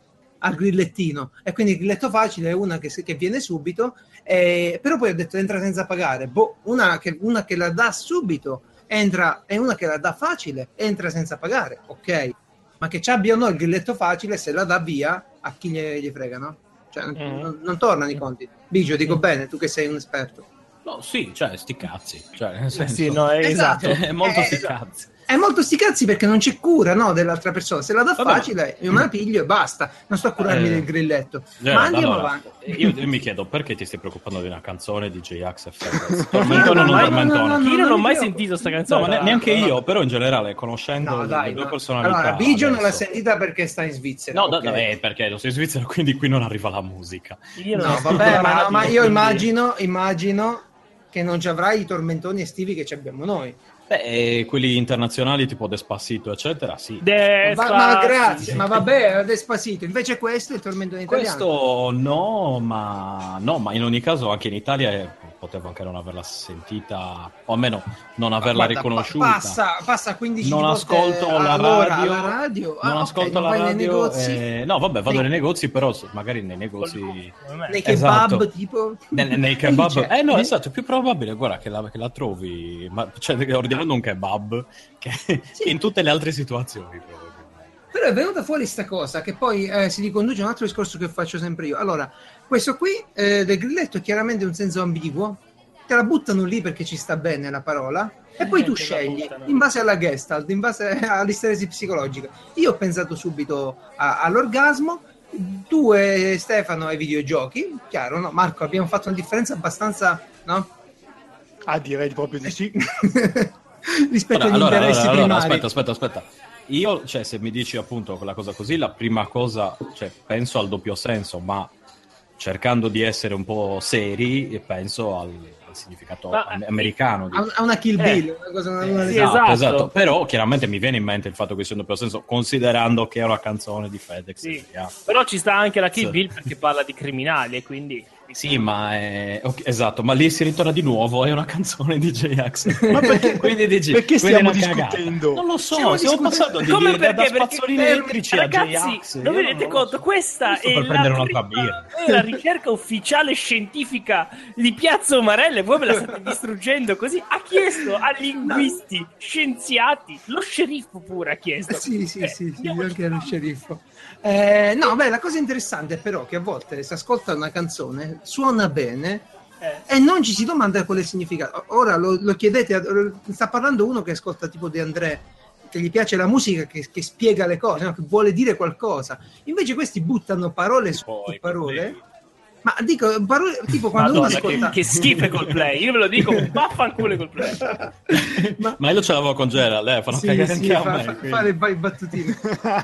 al grillettino, e quindi il grilletto facile è una che viene subito, però poi ho detto entra senza pagare. Una che la dà subito entra, e una che la dà facile entra senza pagare, ok, ma che ci abbia o no il grilletto facile, se la dà via a chi gli frega, no? Cioè, non tornano i conti. Bigio, dico bene, tu che sei un esperto. No, sì, cioè, sti cazzi. Cioè, nel senso, Sì, no, esatto. è molto sti cazzi. È molto sti cazzi perché non c'è cura, no, dell'altra persona. Se la dà Vabbè, facile, io me la piglio e basta. Non sto a curarmi del grilletto. Gerard, Ma andiamo allora, avanti. io mi chiedo perché ti stai preoccupando di una canzone di J-Ax e Fedez? Tormentone o non tormentone? Io non ho mai mi sentito sta No, canzone. ma neanche io, però in generale, conoscendo No, le dai, due no. personalità. Allora, Bigio non l'ha adesso- sentita perché sta in Svizzera. No, ok? perché lo sei in Svizzera, quindi qui non arriva la musica. Io non No, ascolto vabbè, la ma, radio, ma io quindi- immagino che non ci avrai i tormentoni estivi che ci abbiamo noi. Beh, quelli internazionali tipo Despacito, eccetera, sì. Ma grazie, ma vabbè, Despacito. Invece questo è il tormentone italiano. Questo no, ma in ogni caso anche in Italia potevo anche non averla sentita, o almeno non averla Guarda, riconosciuta. passa 15 Non volte ascolto la all'ora radio, alla radio. non ok, ascolto non la vai radio. nei negozi, No, vabbè, vado Nei- nei negozi, però magari nei negozi. nei kebab, Esatto. tipo. Nei kebab. Dice- No, esatto, è più probabile, guarda, che la trovi, cioè, ordinando un kebab, che in tutte le altre situazioni. Probabilmente. Però è venuta fuori sta cosa che poi si riconduce a un altro discorso che faccio sempre io. Allora, questo qui del grilletto è chiaramente un senso ambiguo. Te la buttano lì perché ci sta bene la parola e poi tu te la scegli buttano. in base alla Gestalt, in base all'isteresi psicologica. Io ho pensato subito all'orgasmo, tu e Stefano ai videogiochi, chiaro, no? Marco, abbiamo fatto una differenza abbastanza, no? Ah, direi proprio di sì. Rispetto agli interessi primari. Aspetta. Io, cioè, se mi dici appunto quella cosa così, la prima cosa, cioè, penso al doppio senso, ma cercando di essere un po' seri, penso al significato americano. Ha una Kill Bill, una cosa, una sì, esatto. Però chiaramente mi viene in mente il fatto che sia un doppio senso, considerando che è una canzone di FedEx. Sì. Però ci sta anche la Kill Bill perché parla di criminali e quindi... Sì, ma è... esatto, ma lì si ritorna di nuovo, è una canzone di J-Ax. Ma perché, quindi dici, perché quindi è stiamo una cagata. discutendo? Non lo so, Stiamo stiamo discutendo. passando Come da perché? spazzolini Perché, elettrici a ragazzi, J-Ax. non vi Io rendete non lo conto? so. Questa Sto è per prendere la un'altra prima- birra. è la ricerca ufficiale scientifica di Piazza Umarella e voi me la state distruggendo così. Ha chiesto a linguisti, scienziati, lo sceriffo pure ha chiesto. Sì, andiamo anche lo giù. sceriffo. No, beh, la cosa interessante è però che a volte si ascolta una canzone, suona bene e non ci si domanda qual è il significato. Ora lo chiedete, sta parlando uno che ascolta tipo De André, che gli piace la musica, che spiega le cose, no? Che vuole dire qualcosa. Invece questi buttano parole su Poi, parole. Ma dico, parole, tipo quando Madonna, uno ascolta... che schifo col play. Io ve lo dico, vaffanculo col play. Ma io ce l'avevo con Gerald, fanno cagare anche a me. quindi. fare i battutine.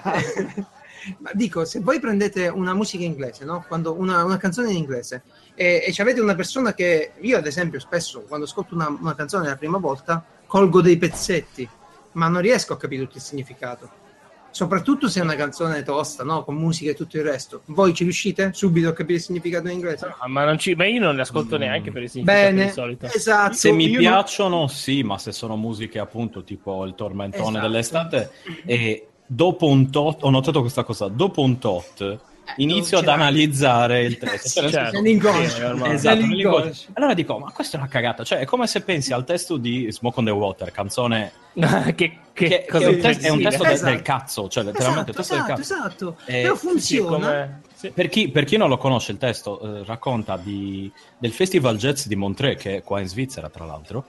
Ma dico, se voi prendete una musica inglese, no? Quando una canzone in inglese e ci avete una persona che io ad esempio spesso quando ascolto una canzone la prima volta colgo dei pezzetti, ma non riesco a capire tutto il significato. Soprattutto se è una canzone tosta, no? Con musica e tutto il resto. Voi ci riuscite subito a capire il significato in inglese? Ma io non le ascolto neanche per il significato Bene, di solito. esatto. Se mi io piacciono, sì, ma se sono musiche appunto tipo il tormentone Esatto. dell'estate e dopo un tot, ho notato questa cosa, dopo un tot inizio ce ad l'hai. analizzare il testo. Cioè, nel Certo. senso- nell'inconscio. Sì, ormai. Esatto, Nell'inconscio. nell'inconscio. Allora dico, ma questa è una cagata, cioè è come se pensi al testo di Smoke on the Water, canzone che cosa è un testo incredibile. del cazzo, cioè letteralmente il testo del cazzo. Esatto. Eh, Però Sì, funziona. come... sì. Per chi non lo conosce il testo, racconta del Festival Jazz di Montreux, che è qua in Svizzera tra l'altro,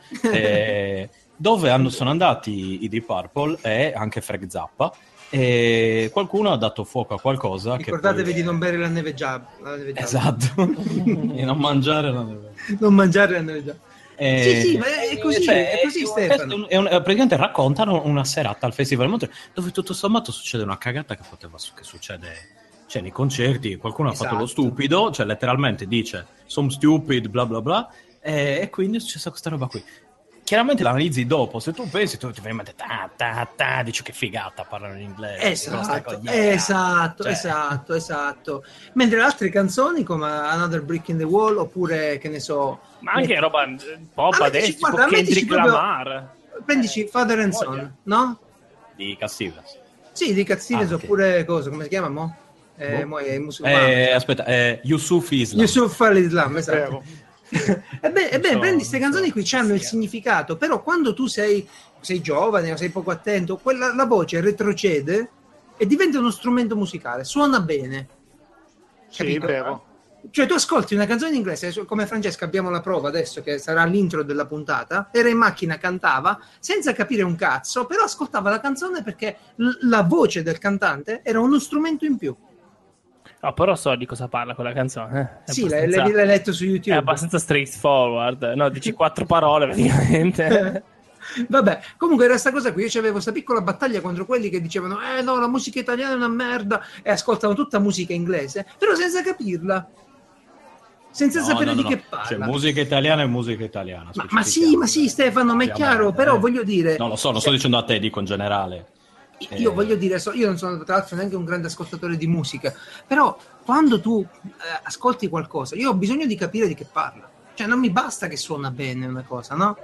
dove sono andati i Deep Purple e anche Frank Zappa, e qualcuno ha dato fuoco a qualcosa Ricordatevi che poi... di non bere la neve gialla. Esatto, e non mangiare la neve. Non mangiare la neve gialla. Sì, ma è così, cioè, è così, Stefano. Praticamente raccontano una serata al Festival Montreux dove tutto sommato succede una cagata che succede, cioè, nei concerti. Qualcuno ha fatto lo Esatto. stupido, cioè letteralmente dice some stupid bla bla bla, e quindi è successa questa roba qui. Chiaramente l'analizzi dopo, se tu pensi, tu ti vai in mente dici che figata, parlano in inglese. Esatto. Mentre le altre canzoni come Another Brick in the Wall oppure che ne so, Ma anche roba pop Ammettici, adesso, guarda, tipo ammettici Kendrick proprio- Lamar. prendici Father and Son, no? Di Cat Stevens. Sì, di Cat Stevens Ah, ok. oppure cosa, come si chiama mo? mo è musulmano. Aspetta, Yusuf Islam. Yusuf al-Islam, esatto. Vero. Ebbene, prendi queste canzoni qui, hanno il significato, però quando tu sei giovane o sei poco attento, la voce retrocede e diventa uno strumento musicale, suona bene. Sì, Capito? vero. Cioè tu ascolti una canzone in inglese, come Francesca abbiamo la prova adesso che sarà l'intro della puntata, era in macchina, cantava senza capire un cazzo, però ascoltava la canzone perché la voce del cantante era uno strumento in più. No, però so di cosa parla quella canzone. Sì, l'hai letto su YouTube. È abbastanza straightforward. No, dici 4 parole praticamente. Vabbè, comunque era sta cosa qui. Io c'avevo questa piccola battaglia contro quelli che dicevano no, la musica italiana è una merda e ascoltavano tutta musica inglese, però senza capirla, senza sapere di che parla. Cioè, musica italiana è musica italiana. Ma sì, Stefano, ma è chiaro, però voglio dire... No, lo so, non sto dicendo a te, dico in generale. Io voglio dire, io non sono tra l'altro neanche un grande ascoltatore di musica, però quando tu ascolti qualcosa, io ho bisogno di capire di che parla. Cioè non mi basta che suona bene una cosa, no?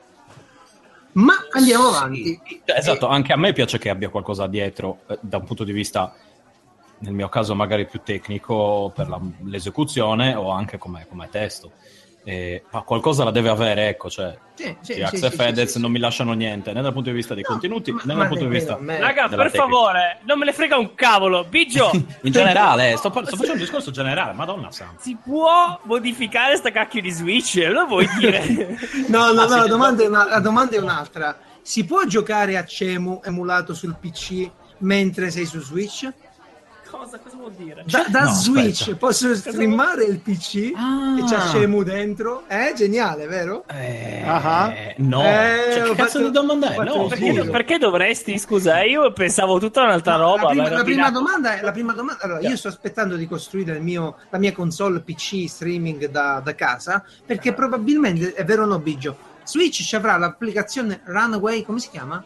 Ma andiamo avanti. Esatto, anche a me piace che abbia qualcosa dietro, da un punto di vista, nel mio caso magari più tecnico, per l'esecuzione o anche come testo. Ma qualcosa la deve avere, ecco, cioè Axe e Fedez non mi lasciano niente, né dal punto di vista dei contenuti, né dal punto di vista raga, per favore, non me ne frega un cavolo, Biggio. In generale, sto facendo un discorso generale, madonna santa. Si può modificare sta cacchio di Switch? Lo vuoi dire? No, la domanda è un'altra. Si può giocare a Cemu emulato sul PC mentre sei su Switch? Cosa vuol dire? Da No, Switch aspetta. posso streamare il PC e c'è Cemu dentro? È geniale, vero? No, cioè, che cazzo di domanda è? No, Perché dovresti? Scusa, io pensavo tutta un'altra roba. La prima domanda è allora, io sto aspettando di costruire la mia console PC streaming da casa, perché probabilmente, è vero o no, Biggio, Switch ci avrà l'applicazione Runaway, come si chiama?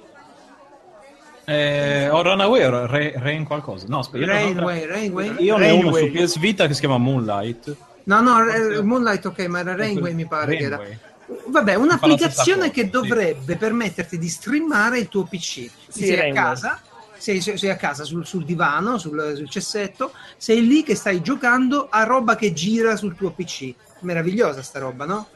O Runaway o Rain qualcosa. No, aspetta, Rainway. io ne ho uno su PS Vita che si chiama Moonlight. No, Moonlight, ok, ma era Rainway, mi pare che era. Vabbè, Fa un'applicazione la stessa che cosa, dovrebbe permetterti di streamare il tuo PC. Sei a casa, sei a casa sul divano, sul cessetto, sei lì che stai giocando a roba che gira sul tuo PC. Meravigliosa sta roba, no?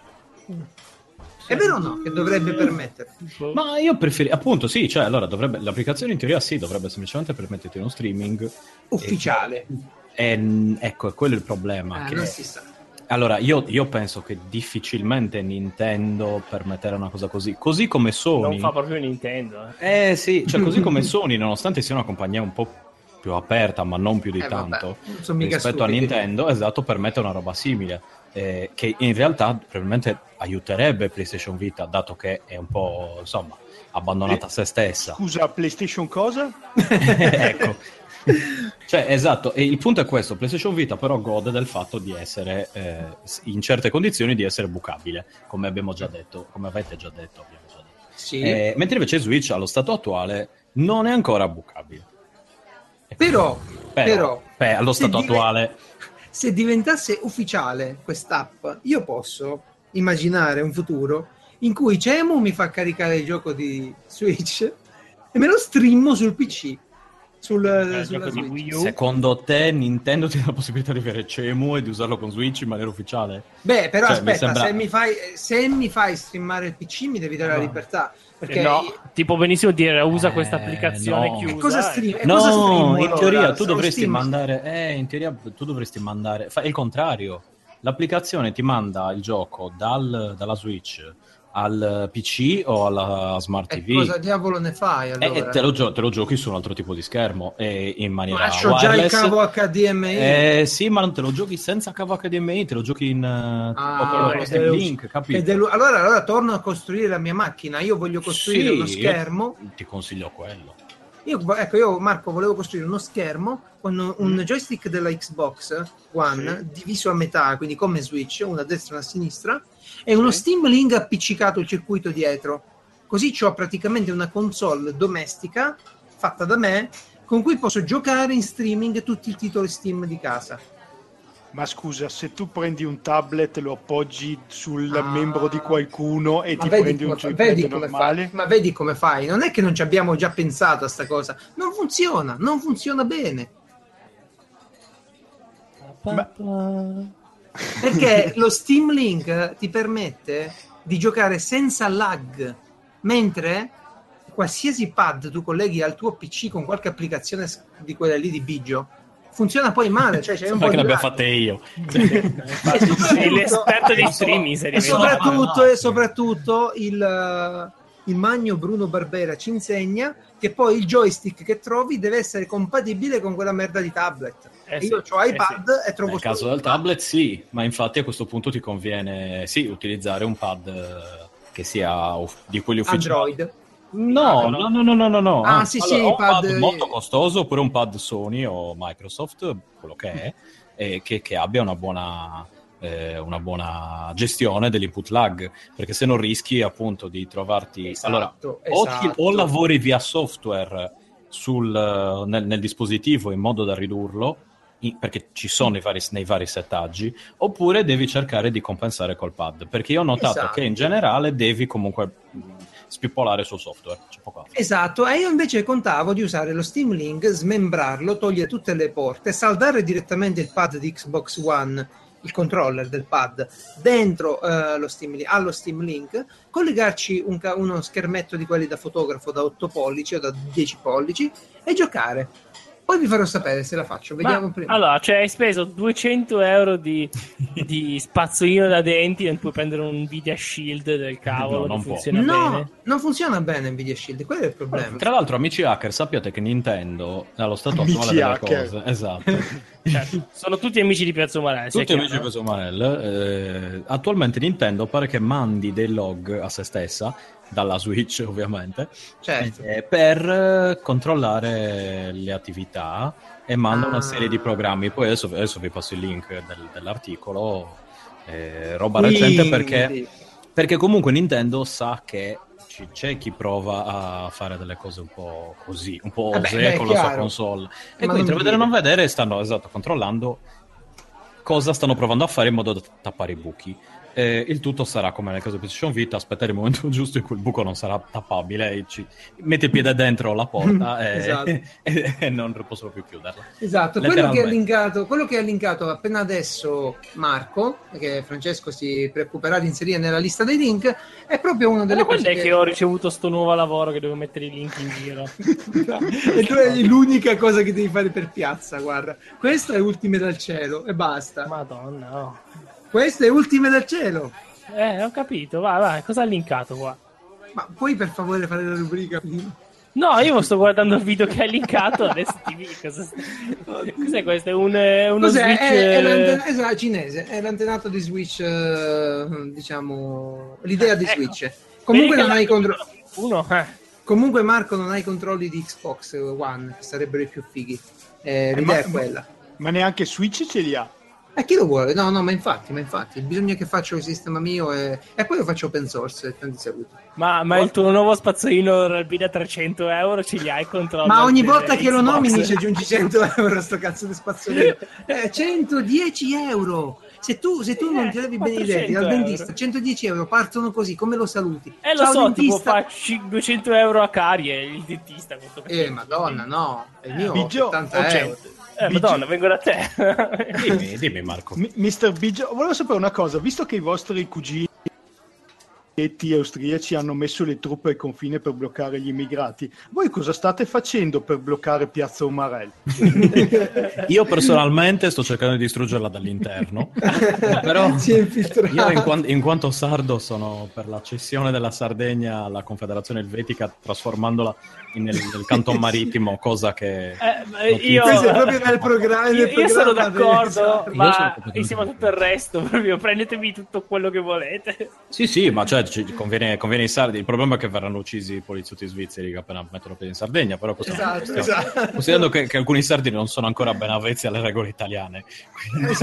È vero o no? Che dovrebbe permettere? Ma io preferisco, appunto, sì, cioè, allora l'applicazione in teoria sì, dovrebbe semplicemente permetterti uno streaming Ufficiale. Ecco, è quello il problema. Non si sa. Allora, io penso che difficilmente Nintendo permetterà una cosa così. Così come Sony. Non fa proprio Nintendo. Sì, cioè così come Sony, nonostante sia una compagnia un po' più aperta, ma non più di tanto, rispetto a Nintendo, esatto, permette una roba simile. Che in realtà probabilmente aiuterebbe PlayStation Vita, dato che è un po', insomma, abbandonata a se stessa. Scusa, PlayStation cosa? Ecco. Cioè, esatto, e il punto è questo: PlayStation Vita però gode del fatto di essere in certe condizioni di essere bucabile, come abbiamo già detto, come avete già detto, Sì. mentre invece Switch allo stato attuale non è ancora bucabile. Però allo stato attuale, se diventasse ufficiale quest'app, io posso immaginare un futuro in cui Cemu mi fa caricare il gioco di Switch e me lo streamo sul PC. Sulla Switch. Secondo te Nintendo ti dà la possibilità di avere Cemu e di usarlo con Switch in maniera ufficiale? Beh, però Cioè, aspetta, sembra... se mi fai streamare il PC mi devi dare la libertà. Perché ti può benissimo dire usa questa applicazione no. chiusa. Cosa stream? Cosa streamo, in teoria allora? tu dovresti mandare è il contrario. L'applicazione ti manda il gioco dalla Switch al PC o alla Smart TV. Cosa diavolo ne fai allora? Te lo giochi su un altro tipo di schermo e in maniera lascio wireless. già il cavo HDMI. Sì, ma non te lo giochi senza cavo HDMI, te lo giochi in Link, capito? Allora torno a costruire la mia macchina. Io voglio costruire uno schermo. Ti consiglio quello. Io Marco volevo costruire uno schermo con un joystick della Xbox One diviso a metà, quindi come Switch, una a destra e una a sinistra, e uno Steam Link appiccicato il circuito dietro. Così ho praticamente una console domestica fatta da me con cui posso giocare in streaming tutti i titoli Steam di casa. Ma scusa, se tu prendi un tablet, lo appoggi sul membro di qualcuno e ti prendi un gioco normale? Ma vedi come fai? Non è che non ci abbiamo già pensato a sta cosa. Non funziona bene. Perché lo Steam Link ti permette di giocare senza lag, mentre qualsiasi pad tu colleghi al tuo PC con qualche applicazione di quella lì di Biggio, funziona poi male, cioè c'è un po' che di ne abbia lag. fatte io. Sei l'esperto di streaming, sei E soprattutto il magno Bruno Barbera ci insegna che poi il joystick che trovi deve essere compatibile con quella merda di tablet. Io ho iPad e trovo nel caso del tablet sì, ma infatti a questo punto ti conviene utilizzare un pad che sia di quelli ufficiali. Android. No. Ah, sì, un pad molto costoso, oppure un pad Sony o Microsoft, quello che è, e che abbia una buona gestione dell'input lag, perché se non rischi appunto di trovarti o lavori via software nel dispositivo in modo da ridurlo, perché ci sono nei vari settaggi, oppure devi cercare di compensare col pad, perché io ho notato che in generale devi comunque spippolare sul software. C'è poco altro. Esatto, e io invece contavo di usare lo Steam Link, smembrarlo, togliere tutte le porte, saldare direttamente il pad di Xbox One, il controller del pad, dentro allo Steam Link, collegarci uno schermetto di quelli da fotografo da 8 pollici o da 10 pollici e giocare. Poi vi farò sapere se la faccio, vediamo prima. Allora, cioè hai speso 200 euro di spazzolino da denti, non puoi prendere un Nvidia Shield del cavolo, non funziona No, bene. non funziona bene Nvidia Shield, quello è il problema. Tra l'altro, amici hacker, sappiate che Nintendo, allo stato attuale delle cose, esatto, Certo, sono tutti amici di Piazza Umarell. tutti amici di Piazza Umarell, attualmente Nintendo pare che mandi dei log a se stessa, dalla Switch ovviamente, Certo. per controllare le attività, e manda una serie di programmi. Poi adesso vi passo il link dell'articolo, roba recente, perché comunque Nintendo sa che c'è chi prova a fare delle cose un po' così, un po' osè con la sua console, e quindi tra vedere e non vedere stanno controllando cosa stanno provando a fare in modo da tappare i buchi. Il tutto sarà come nel caso di PlayStation Vita, aspettare il momento giusto in cui il buco non sarà tappabile e metti il piede dentro la porta Esatto. e non possono più chiuderla. Esatto, quello che ha linkato appena adesso Marco, che Francesco si preoccuperà di inserire nella lista dei link, è proprio una delle cose Quando è che ho ricevuto sto nuovo lavoro che devo mettere i link in giro? è l'unica cosa che devi fare per piazza, guarda. Questo è Ultime dal cielo e basta. Madonna, no. Questo è Ultime dal cielo. Ho capito, vai, cosa ha linkato qua? Ma puoi per favore fare la rubrica prima? No, io sto guardando il video che hai linkato, adesso ti dico cos'è questo? È uno Cos'è? Switch... Esatto, cinese, è l'antenato di Switch, diciamo, l'idea di Switch. Comunque non hai controlli. Comunque Marco non hai controlli di Xbox One, che sarebbero i più fighi. L'idea è quella. Ma neanche Switch ce li ha. Chi lo vuole? No, ma infatti, bisogna che faccio il sistema mio e poi lo faccio open source, tanti saluti. Ma il tuo nuovo spazzolino Ralbina 300 euro ce li hai controllo? Ma ogni volta che lo nomini ci aggiungi 100 euro sto cazzo di spazzolino. 110 euro! Se tu non ti levi bene i denti dal dentista, 110 euro partono così, come lo saluti? Lo Ciao, so, dentista. tipo fa 200 euro a carie il dentista. Madonna, no, è il mio Biggio, 80 euro. Madonna, vengo da te. Dimmi Marco. Mr. Biggio, volevo sapere una cosa, visto che i vostri cugini austriaci hanno messo le truppe al confine per bloccare gli immigrati, voi cosa state facendo per bloccare Piazza Umarell? Io personalmente sto cercando di distruggerla dall'interno, però si è infiltrato. Io in quanto sardo sono per la cessione della Sardegna alla Confederazione Elvetica, trasformandola nel canton marittimo, cosa che questo è proprio nel programma. Io sono d'accordo, ma insieme a tutto il resto, proprio prendetemi tutto quello che volete. Sì, ma cioè conviene ai sardi. Il problema è che verranno uccisi i poliziotti svizzeri che appena mettono piedi in Sardegna, però esatto. Considerando che alcuni sardi non sono ancora ben avvezzi alle regole italiane, quindi,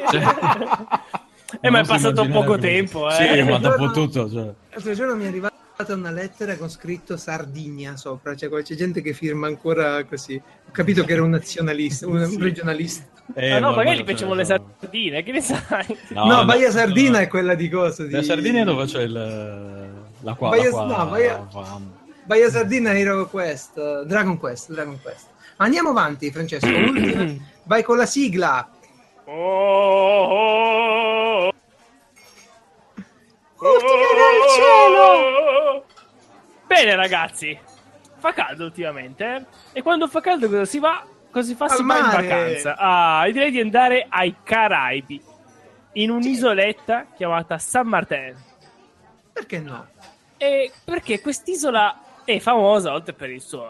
ma è passato poco tempo. Sì, ma dopo tutto. L'altro giorno mi è arrivata una lettera con scritto Sardigna sopra, cioè c'è gente che firma ancora così. Ho capito che era un nazionalista, un regionalista. Magari gli piacevano le sardine, che ne sai? No, Baia Sardina è quella di cosa? La Sardegna dove c'è la Baia Sardina Hero Quest, Dragon Quest. Andiamo avanti, Francesco. Vai con la sigla. Oh, Urtica cielo! Bene ragazzi, fa caldo ultimamente, e quando fa caldo cosa si fa? Cosa si fa? Al Si va in mare. vacanza. Io direi di andare ai Caraibi, in un'isoletta chiamata San Martin. Perché no? E perché quest'isola è famosa, oltre per il suo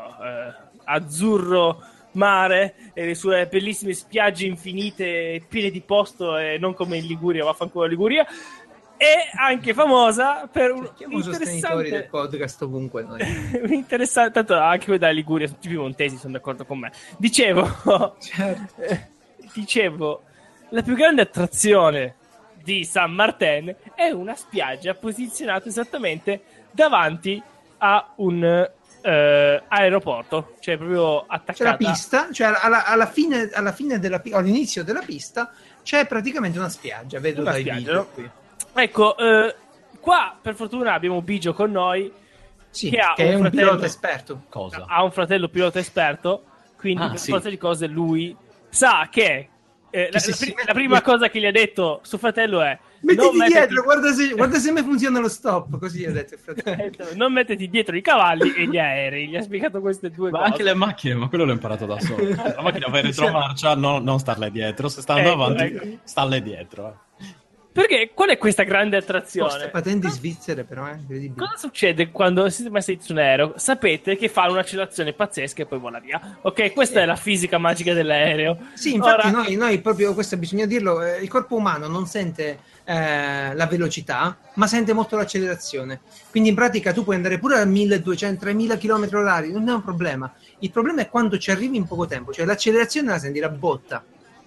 azzurro mare e le sue bellissime spiagge infinite, piene di posto, e non come in Liguria, vaffanculo Liguria, è anche famosa per un Siamo sostenitori del interessante... podcast ovunque noi. un interessante, tanto anche quelli della Liguria, tutti i piemontesi sono d'accordo con me. Dicevo, Certo. dicevo, la più grande attrazione di San Martin è una spiaggia posizionata esattamente davanti a un aeroporto, cioè proprio C'è attaccata. la pista, cioè alla fine all'inizio della pista c'è praticamente una spiaggia, vedo Una dai spiaggia, video no? qui. Ecco, qua per fortuna abbiamo Bigio con noi, Sì, che ha che è un un fratello, pilota esperto. Cosa? ha un fratello pilota esperto, quindi per Sì. forza di cose lui sa che la prima mette- cosa che gli ha detto suo fratello è Mettiti non dietro, guarda se mi funziona lo stop, così gli ha detto il fratello. non mettiti dietro i cavalli e gli aerei. Gli ha spiegato queste due Ma cose. anche le macchine, ma quello l'ho imparato da solo. La macchina va in retromarcia, non starle dietro. Se stanno Ecco, avanti, ecco. stalle dietro. Perché qual è questa grande Queste attrazione? patenti svizzere però, incredibile. Cosa succede quando siete messi su un aereo? Sapete che fa un'accelerazione pazzesca e poi vola via. Ok, questa è la fisica magica dell'aereo. Sì, infatti Ora, noi proprio, questo bisogna dirlo, il corpo umano non sente la velocità, ma sente molto l'accelerazione. Quindi in pratica tu puoi andare pure a 1200, 3000 km orari, non è un problema. Il problema è quando ci arrivi in poco tempo, cioè l'accelerazione la senti, la botta.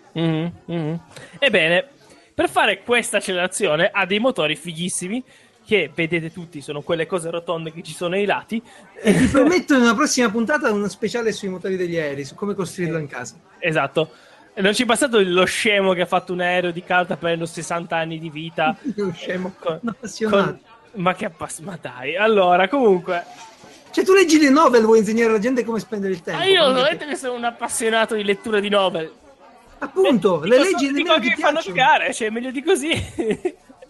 Ebbene, per fare questa accelerazione ha dei motori fighissimi che vedete tutti, sono quelle cose rotonde che ci sono ai lati. E vi prometto in una prossima puntata uno speciale sui motori degli aerei, su come costruirlo in casa. Esatto. Non ci è passato lo scemo che ha fatto un aereo di carta prendendo 60 anni di vita. Io scemo, Con- un appassionato. Ma che ma dai, allora, comunque, Cioè tu leggi le novel, vuoi insegnare alla gente come spendere il tempo. io Quando non ti- detto che sono un appassionato di lettura di novel. Appunto, le leggi dico nemmeno che ti fanno piacciono. cagare, cioè meglio di così.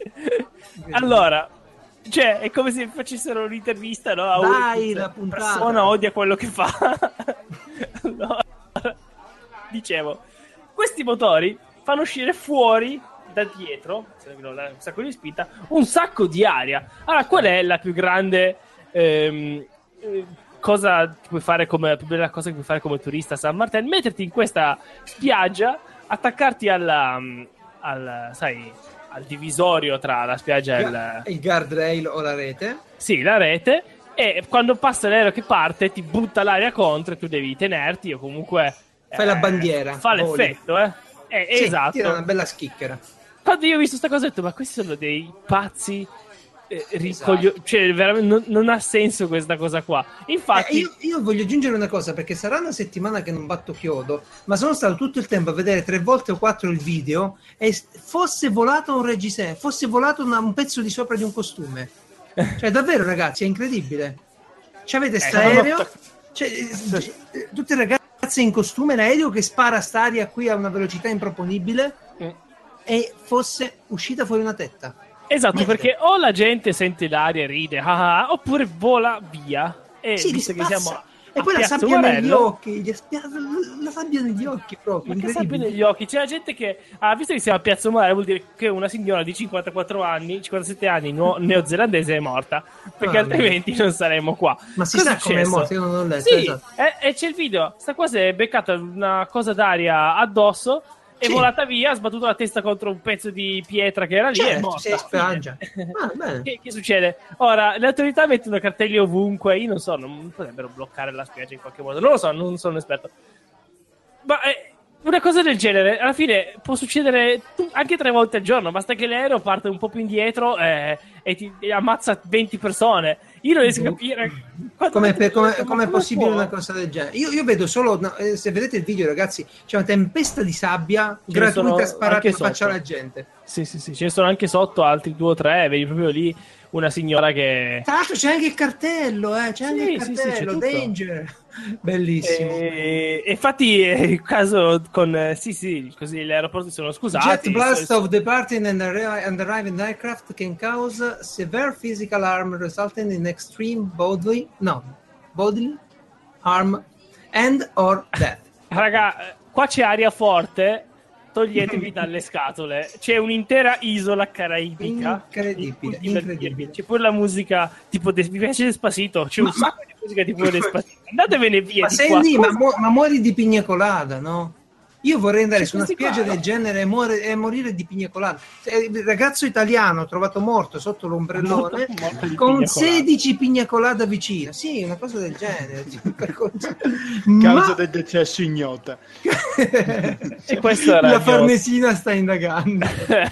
Allora, cioè, è come se facessero un'intervista, no? A Dai, una la puntata. persona odia quello che fa. Allora, dicevo, questi motori fanno uscire fuori da dietro, se non dà un sacco di spinta, un sacco di aria. Allora, qual è la più grande cosa che puoi fare come la più bella cosa che puoi fare come turista a San Martin? Metterti in questa spiaggia, attaccarti al divisorio tra la spiaggia e il guardrail o la rete. sì, la rete, e quando passa l'aereo che parte ti butta l'aria contro e tu devi tenerti o comunque Fai la bandiera, fa voli. l'effetto, Sì, esatto. tira una bella schicchera. Quando io ho visto sta cosa ho detto, ma questi sono dei pazzi Esatto. cioè veramente non ha senso questa cosa qua. Infatti Io voglio aggiungere una cosa, perché sarà una settimana che non batto chiodo, ma sono stato tutto il tempo a vedere 3 volte o 4 il video e fosse volato un reggiseno, fosse volato un pezzo di sopra di un costume. Cioè davvero ragazzi, è incredibile. Cioè avete sta sono aereo, cioè, tutte le ragazze in costume, l'aereo che spara st'aria qui a una velocità improponibile e fosse uscita fuori una tetta. esatto, Niente. perché o la gente sente l'aria e ride, oppure vola via. E Sì, visto che spazza. siamo E a poi la Piazza sabbia negli Umarello, occhi, la sabbia negli occhi proprio, ma che sabbia incredibile. negli occhi? C'è la gente che visto che siamo a Piazza Umarello, vuol dire che una signora di 54 anni, 57 anni, neozelandese è morta, perché Ah, altrimenti non saremmo qua. Ma si Cosa sa è come è successo? morto, io non l'ho letto. Sì, esatto. e c'è il video. Sta qua si è beccata una cosa d'aria addosso, è Sì. volata via, ha sbattuto la testa contro un pezzo di pietra che era lì e è Certo, morta. si è spiaggia. Fine. Ah, bene. Che succede? Ora, le autorità mettono cartelli ovunque, io non so, non potrebbero bloccare la spiaggia in qualche modo, non lo so, non sono un esperto. Ma una cosa del genere, alla fine può succedere anche 3 volte al giorno, basta che l'aereo parte un po' più indietro e ti ammazza 20 persone. Io non riesco a capire Come è come possibile può? una cosa del genere? Io vedo solo, no, se vedete il video ragazzi, c'è una tempesta di sabbia Ce ne sono gratuita sparata anche in faccia sotto. alla gente. Sì, ce ne sono anche sotto altri 2 o 3, vedi proprio lì una signora che... Tra l'altro c'è anche il cartello, c'è anche il Sì, cartello, c'è tutto. Danger. Bellissimo. E infatti il caso con... sì, così gli aeroporti sono scusati. Jet blast of departing and arriving aircraft can cause severe physical harm resulting in extreme bodily harm and or death. Raga, qua c'è aria forte, toglietevi dalle scatole. C'è un'intera isola caraibica. Incredibile. C'è pure la musica tipo mi piace Despacito. C'è un sacco di musica tipo Despacito. Andatevene via Ma di senti, qua. ma muori di pigna colada, no? Io vorrei andare C'è su una questi spiaggia qua, del genere e morire di pigna colada. Il ragazzo italiano trovato morto sotto l'ombrellone Morto di con pigna colada. 16 pigna colada vicino. Sì, una cosa del genere. Causa del decesso ignota. E questo era la il Farnesina sta indagando.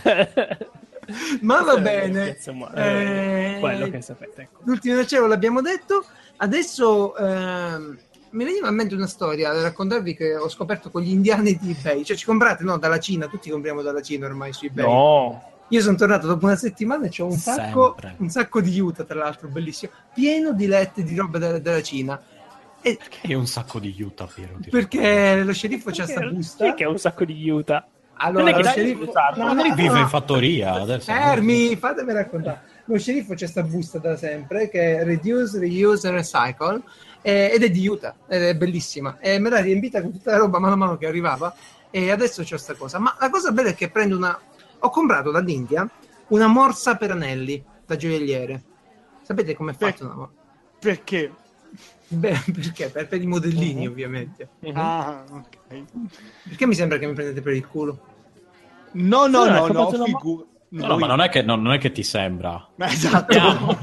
Ma va Questo era bene. insomma, quello che sapete. Ecco. L'ultimo nocebo l'abbiamo detto. Adesso mi veniva in mente una storia da raccontarvi che ho scoperto con gli indiani di eBay. Cioè ci comprate, no, dalla Cina, tutti compriamo dalla Cina ormai su eBay. No. Io sono tornato dopo una settimana e c'ho un sacco di Utah, tra l'altro, bellissimo, pieno di lette di roba della Cina. E Perché è un sacco di Utah, Piero? perché lo sceriffo c'ha sta Perché busta. che ha un sacco di Utah. Allora, Non è che lo dai sceriffo... di usarlo. Magari vive in fattoria adesso. Fermi, fatemi raccontare. Lo sceriffo c'è sta busta da sempre che è Reduce, Reuse and Recycle ed è di Utah, ed è bellissima. E me l'ha riempita con tutta la roba mano a mano che arrivava e adesso c'ho sta cosa. Ma la cosa bella è che ho comprato dall'India una morsa per anelli da gioielliere. Sapete com'è fatto una morsa? Perché? Beh, perché? Per i modellini, ovviamente. Ah, ok. Perché mi sembra che mi prendete per il culo? No, fatto figura. No, ma non è che ti sembra. Esatto.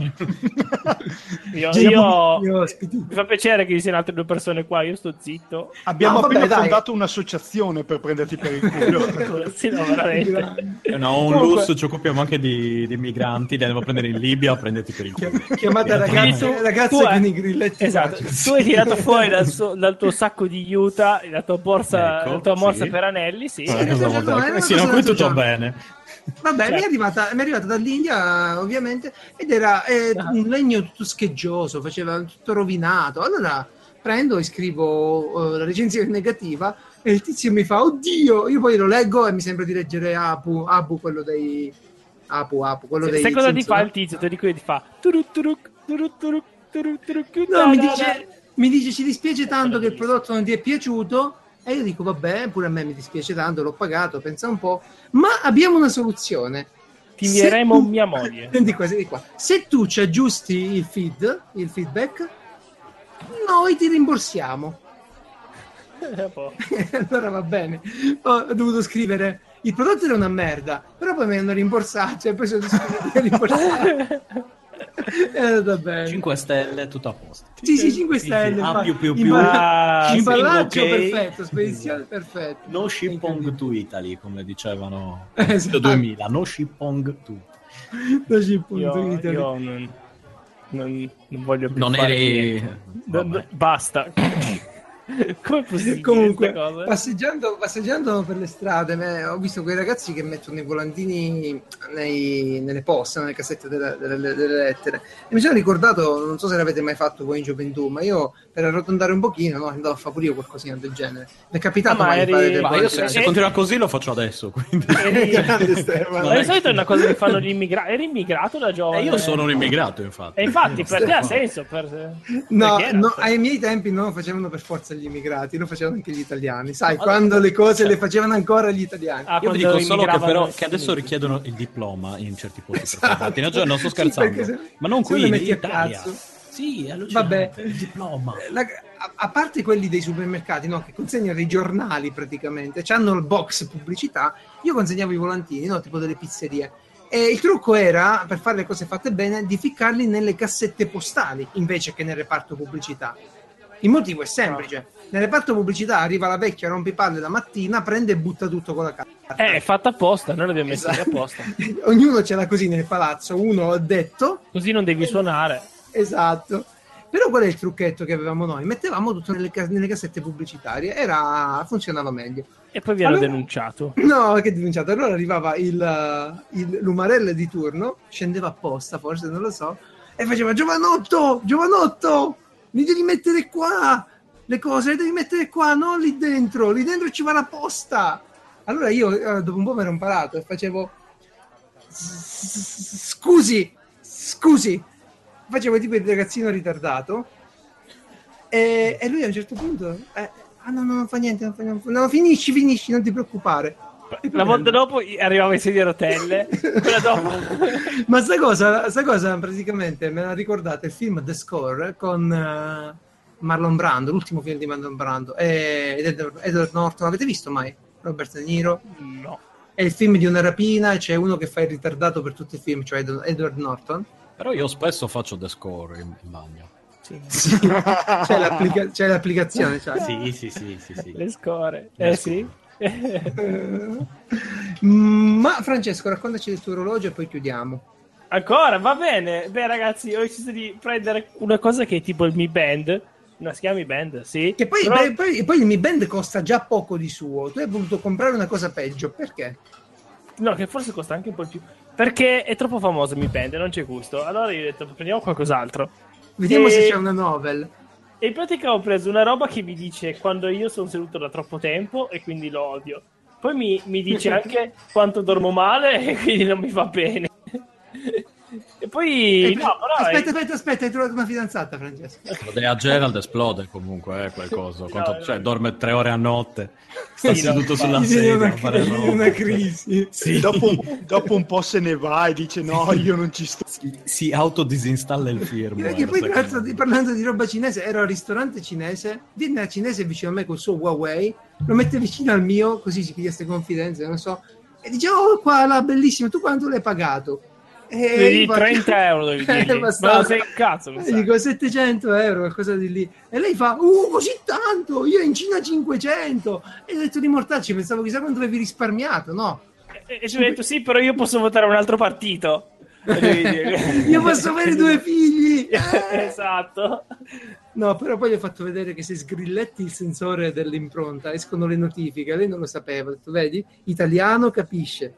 Io ospiti. mi fa piacere che ci siano altre due persone qua, io sto zitto. Abbiamo No, vabbè, appena dai. fondato un'associazione per prenderti per il culo. Sì, no, veramente. No, un Comunque- lusso, ci occupiamo anche di migranti, li andiamo a prendere in Libia a prenderti per il culo. Chiamata ragazze Tu con i grilletti. esatto, facili. tu hai tirato fuori dal tuo sacco di Utah la tua borsa, Ecco, la tua morsa sì. per anelli, sì. Sì, cosa vuol dire? Sì, no, qui tutto bene. Vabbè, Certo. mi è arrivata dall'India, ovviamente, ed era un legno tutto scheggioso, faceva tutto rovinato. Allora prendo e scrivo la recensione negativa e il tizio mi fa, oddio, io poi lo leggo e mi sembra di leggere Apu, quello dei... Apu, quello dei... Sai cosa ti Simpson. fa il tizio? Te di cui ti fa turuk, turuk, turuk, turuk, turuk, turuk, No, mi dice ci dispiace tanto che il prodotto non ti è piaciuto e io dico vabbè, pure a me mi dispiace tanto, l'ho pagato, pensa un po', ma abbiamo una soluzione. Ti Se invieremo tu- mia moglie. Senti qua. Se tu ci aggiusti il feedback, noi ti rimborsiamo. Allora va bene. Ho dovuto scrivere il prodotto era una merda, però poi mi hanno rimborsato, cioè poi sono rimborsato. È andata bene. 5 stelle, tutto a posto. Sì, 5 stelle. Ah, più. Imballaggio ok. perfetto, spedizione perfetta. No ship on to Italy, come dicevano Esatto. nel 2000. No ship on to. Io non voglio più Non fare eri... niente. Vabbè. Basta. Come è possibile? Comunque, queste cose? passeggiando per le strade, ho visto quei ragazzi che mettono i volantini nelle poste, nelle cassette delle lettere. E mi sono ricordato, non so se l'avete mai fatto voi in gioventù, ma io per arrotondare un pochino, no, andavo a fare pure io qualcosina del genere. Mi è capitato Ah, ma mai di fare eri- del Ma io genere? se continua così lo faccio adesso, quindi... Grande Stefano. Ma di solito è una cosa che fanno gli immigrati. Eri immigrato da giovane? io sono un immigrato, infatti. E infatti, per te ha senso. No, perché era- no, ai miei tempi non lo facevano per forza gli immigrati, lo facevano anche gli italiani. Sai, Ma- quando le cose le facevano ancora gli italiani. Ah, Io vi quando dico solo che immigravano però negli che adesso Stati Uniti. richiedono il diploma in certi posti Esatto. preparati. No, non sto Sì, scherzando. perché Ma non se qui lo in metti a Italia. cazzo. Sì, è allucinante. Vabbè. Il diploma. A parte quelli dei supermercati, no, che consegnano i giornali praticamente, hanno il box pubblicità, io consegnavo i volantini, no, tipo delle pizzerie. E il trucco era, per fare le cose fatte bene, di ficcarli nelle cassette postali invece che nel reparto pubblicità. Il motivo è semplice: nel reparto pubblicità arriva la vecchia rompipalle la mattina, prende e butta tutto con la carta. È fatta apposta, noi l'abbiamo messa Esatto. apposta. Ognuno ce l'ha così nel palazzo, uno ha detto, Così non devi suonare. esatto. Però qual è il trucchetto che avevamo noi? Mettevamo tutto nelle cassette pubblicitarie, funzionava meglio. E poi vi hanno denunciato. No, che denunciato? Allora arrivava l'umarell di turno, scendeva apposta, forse, non lo so, e faceva: Giovanotto, li devi mettere qua, le cose le devi mettere qua, non lì dentro ci va la posta. Allora io dopo un po' mi ero imparato e facevo: scusi, facevo tipo il ragazzino ritardato, e lui a un certo punto no, non fa niente, no, finisci, non ti preoccupare. La volta dopo arrivava in sedia a rotelle, quella dopo. Ma sta cosa praticamente me l'ha ricordata il film The Score con Marlon Brando, l'ultimo film di Marlon Brando, ed Edward Norton. Avete visto mai? Robert De Niro? No. È il film di una rapina e c'è uno che fa il ritardato per tutto il film, cioè Edward Norton. Però io spesso faccio The Score in bagno. Sì. c'è l'applicazione, cioè. Sì. Le score. Sì. Ma Francesco, raccontaci del tuo orologio e poi chiudiamo. Ancora, va bene. Beh, ragazzi, ho deciso di prendere una cosa che è tipo il Mi Band. No, si chiama Mi Band, sì. Che poi, però... poi il Mi Band costa già poco di suo. Tu hai voluto comprare una cosa peggio, perché? No, che forse costa anche un po' di più. Perché è troppo famoso Mi Band, non c'è gusto. Allora io ho detto, prendiamo qualcos'altro. Vediamo se c'è una novel. E in pratica ho preso una roba che mi dice quando io sono seduto da troppo tempo e quindi lo odio. Poi mi dice anche quanto dormo male e quindi non mi va bene. E poi... no, però aspetta, hai trovato una fidanzata, Francesco? A Gerald esplode comunque qualcosa. No. Cioè, dorme 3 ore a notte, sta Sì, seduto no, sulla Gli viene sedia a fare roba. una crisi. Sì. Dopo un po' se ne va e dice: no, io non ci sto. Si autodisinstalla il firmware. Che poi parlando di roba cinese, ero al ristorante cinese, viene la cinese vicino a me col suo Huawei, lo mette vicino al mio, così si chiede queste confidenze, non so, e dice: oh, qua, là, bellissimo, tu quanto l'hai pagato? Devi 30 euro devi dirgli. Ma sei un cazzo, e dico 700 euro, qualcosa di lì, e lei fa: così tanto, io in Cina 500. E ho detto: di mortacci, pensavo chissà quanto avevi risparmiato, no? E ci ho detto: sì, però io posso votare un altro partito. Io posso avere 2 figli. Esatto. No, però poi gli ho fatto vedere che se sgrilletti il sensore dell'impronta escono le notifiche. Lei non lo sapeva, ho detto: vedi, italiano capisce.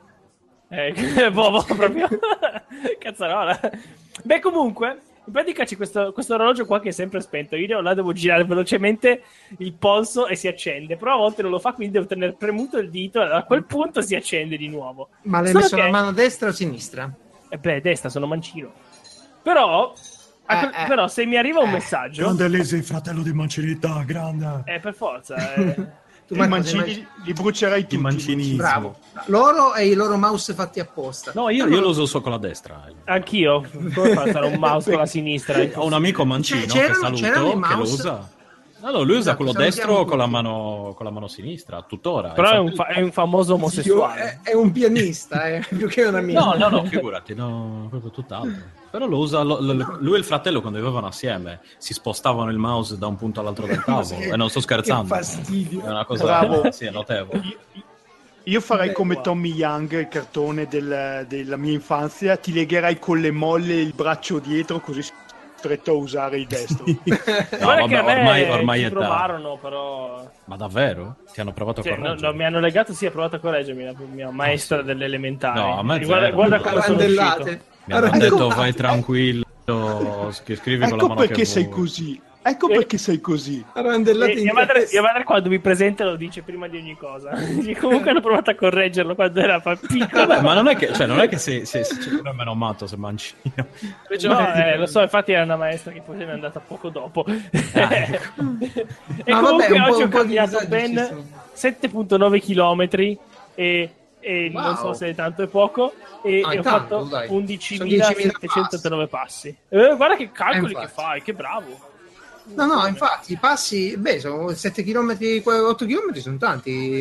Proprio cazzarola. Beh, comunque in pratica c'è questo orologio qua che è sempre spento. Io là devo girare velocemente il polso e si accende, però a volte non lo fa, quindi devo tenere premuto il dito e a quel punto si accende di nuovo. Ma l'hai messo la mano destra o sinistra? Destra, sono mancino. Però però se mi arriva un messaggio, grande Lesi, fratello di Mancinità, grande. Per forza Tu I mancini li brucerai tutti. Il mancinismo. Bravo. Loro e i loro mouse fatti apposta. No, io lo uso solo con la destra. anch'io. Come fa a usare un mouse con la sinistra? Ho un amico mancino che c'erano saluto i che mouse? lo usa. No, lui usa quello salutiamo destro con tutti. la mano sinistra, tuttora. Però Infatti- è un famoso omosessuale. È un pianista, più che un amico. No, figurati, no, proprio tutt'altro. Però lo usa lui e il fratello quando vivevano assieme si spostavano il mouse da un punto all'altro del tavolo e non sto scherzando. Che fastidio. È una cosa Bravo. sì, è notevole. Io farei Beh, come wow. Tommy Young, il cartone della mia infanzia, ti legherai con le molle il braccio dietro così stretto a usare il destro. No, Guarda che a me ormai ci è tardi. provarono, però Ma davvero? Ti hanno provato a cioè, correggere? mi hanno legato, sì, ha provato a correggermi la mia maestra delle elementari. No, a me guarda, zero. guarda come sono Arandellate. uscito. Mi hanno Ecco, detto vai tranquillo, scrivi con la Ecco mano perché che sei vuoi. così. Ecco perché sei così. Arandellate in Mia madre testa. quando mi presenta lo dice prima di ogni cosa. Comunque hanno provato a correggerlo quando era piccolo. Vabbè, ma non è che se non è meno matto se mancino. Invece No, magari- lo so, infatti era una maestra che poi se n'è andata poco dopo. ecco. E Ma comunque vabbè, oggi ho un po' di camminato disagi ben ci 7,9 chilometri e non Wow. so se è tanto o poco e No, ho è tanto, fatto dai. 11.709 passi. Guarda che calcoli che infatti. fai, che bravo. No, infatti, i passi, sono 7 km, 8 km sono tanti.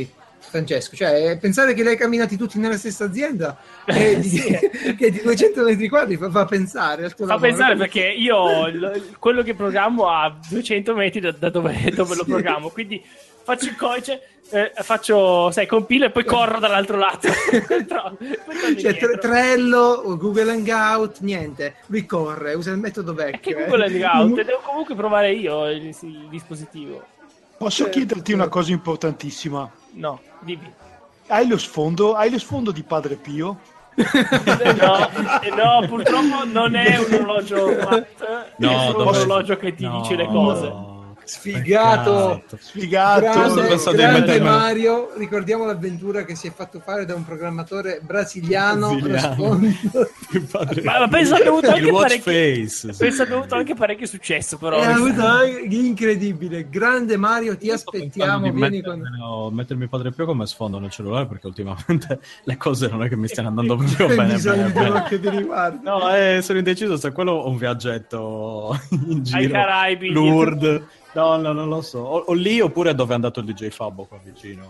Francesco, cioè pensare che li hai camminati tutti nella stessa azienda che è di 200 metri quadri fa pensare al tuo Fa lavoro. pensare perché io quello che programmo a 200 metri da dove lo programmo, quindi faccio il codice, sai, compilo e poi corro dall'altro lato. Poi torno Cioè indietro. Trello, Google Hangout, niente, lui corre, usa il metodo È vecchio. che Google Hangout, devo comunque provare io il dispositivo. Posso chiederti una cosa importantissima? No, dimmi. Hai lo sfondo di Padre Pio? No, purtroppo non è un orologio Watt, No, è solo un orologio che ti dice le cose. Sfigato. Sfigato. Grande, di grande mettermelo. Mario, ricordiamo l'avventura che si è fatto fare da un programmatore brasiliano. Ma penso abbia avuto il anche watch parecchio. face. Penso abbia avuto anche parecchio successo, però. Ha avuto anche- incredibile, grande Mario, ti Io sto aspettiamo, pensando di vieni con mettermi Padre Pio come sfondo nel cellulare, perché ultimamente le cose non è che mi stiano andando proprio hai bene. bisogno di bene. uno che ti riguarda. No, sono indeciso se quello o un viaggetto in giro. Ai Caraibi. Lourdes. No, non lo so. O lì oppure dove è andato il DJ Fabbo qua vicino.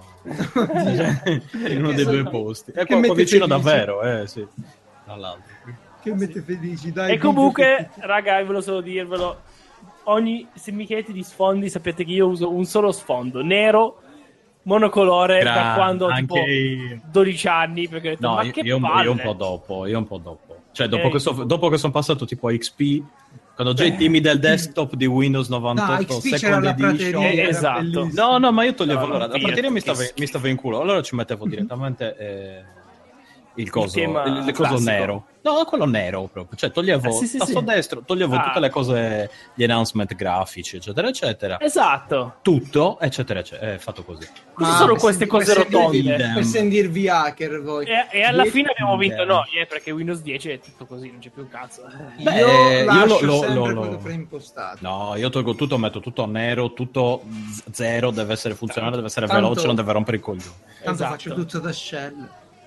In uno dei due posti. È qua mette vicino felici. davvero, sì. Dall'altro. Che mette felici, dai. E comunque, raga, volevo solo dirvelo. Se mi chiedete di sfondi, sapete che io uso un solo sfondo, nero, monocolore, da Grande, quando ho anche tipo io. 12 anni, perché ho detto, No, ma che io palle. un po' dopo. Cioè, dopo che sono passato tipo a XP, quando già i temi del desktop di Windows 98 XP c'era Second la Edition. prateria, era esatto. bellissimo. No, ma io toglievo No, allora, la via, prateria che mi stava in culo, allora ci mettevo direttamente il coso, tema il coso classico. nero. No, quello nero proprio, cioè toglievo Sì, tasto destro, toglievo Ah. tutte le cose, gli announcement grafici, eccetera, eccetera. Esatto. Tutto, eccetera, eccetera, è fatto così. Cosa sono queste cose rotonde? Per sentirvi hacker voi. E alla fine abbiamo vinto noi, perché Windows 10 è tutto così, non c'è più un cazzo. Beh, Io io lascio lo- sempre lo- quello preimpostato. No, io tolgo tutto, metto tutto nero, tutto zero, deve essere funzionale, deve essere Tanto- veloce, non deve rompere i coglioni. Tanto Esatto. faccio tutto da shell.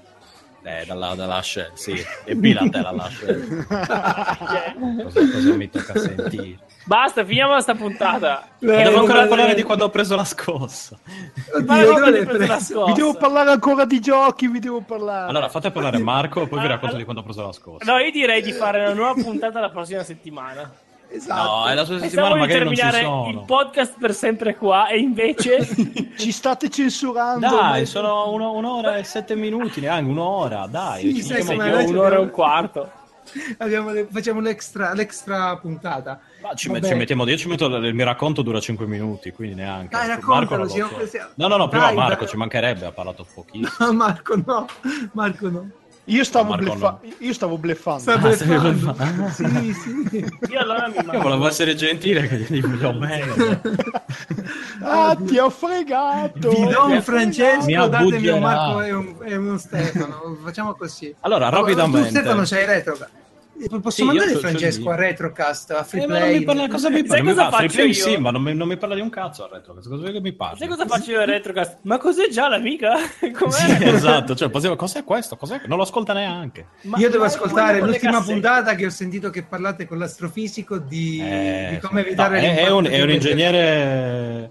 Dalla shell, sì, e pilatela la shell. cosa mi tocca sentire? Basta, finiamo sta puntata. Ma devo non ancora vale- parlare di quando ho preso la scossa. Oddio, Ma dove come l'hai hai preso la preso? scossa? Vi devo parlare ancora di giochi, vi devo parlare. Allora, fate parlare Marco e poi vi racconto allora- di quando ho preso la scossa. No, io direi di fare una nuova puntata la prossima settimana. Esatto. No, è la sua Pensavo settimana, di magari non ci terminare sono. il podcast per sempre qua e invece Ci state censurando. Dai, sono un'ora e 7 minuti, neanche un'ora, dai. Sì, ci sai mettiamo com'è, più. noi un'ora e un quarto. Facciamo l'extra puntata. Ma ci Vabbè. mettiamo, io ci metto il mio racconto dura 5 minuti, quindi neanche. Dai, Marco raccontalo, non lo siamo- so. siamo- No, prima Dai, Marco, dai. ci mancherebbe, ha parlato pochissimo. No, Marco no. Io stavo, Marco, no. io stavo bleffando. Sta stavi bleffando. bleffando. Sì. Io allora mi Io mando. volevo essere gentile, che gli voglio bene. Ah, ti ho fregato. Vi do un Francesco, Mi ha datemi un buggerato. Marco e uno Stefano. Facciamo così. Allora, Tu rapidamente. Stefano c'hai Retrocast. Posso Sì, mandare io c'ho Francesco lì. a Retrocast, a Free Ma non Play? mi parla, cosa mi Sai parla? cosa Free faccio Play io? sì, ma non mi parla di un cazzo al retro. Cosa vuoi che mi parli? Sai cosa faccio io a Retrocast? Ma cos'è già l'amica? Com'è? Sì, esatto, cioè, cos'è questo? Non lo ascolta neanche. Ma- Io devo ma ascoltare con le l'ultima cassette. puntata che ho sentito che parlate con l'astrofisico di come sì. evitare No, è l'impatto un di- ingegnere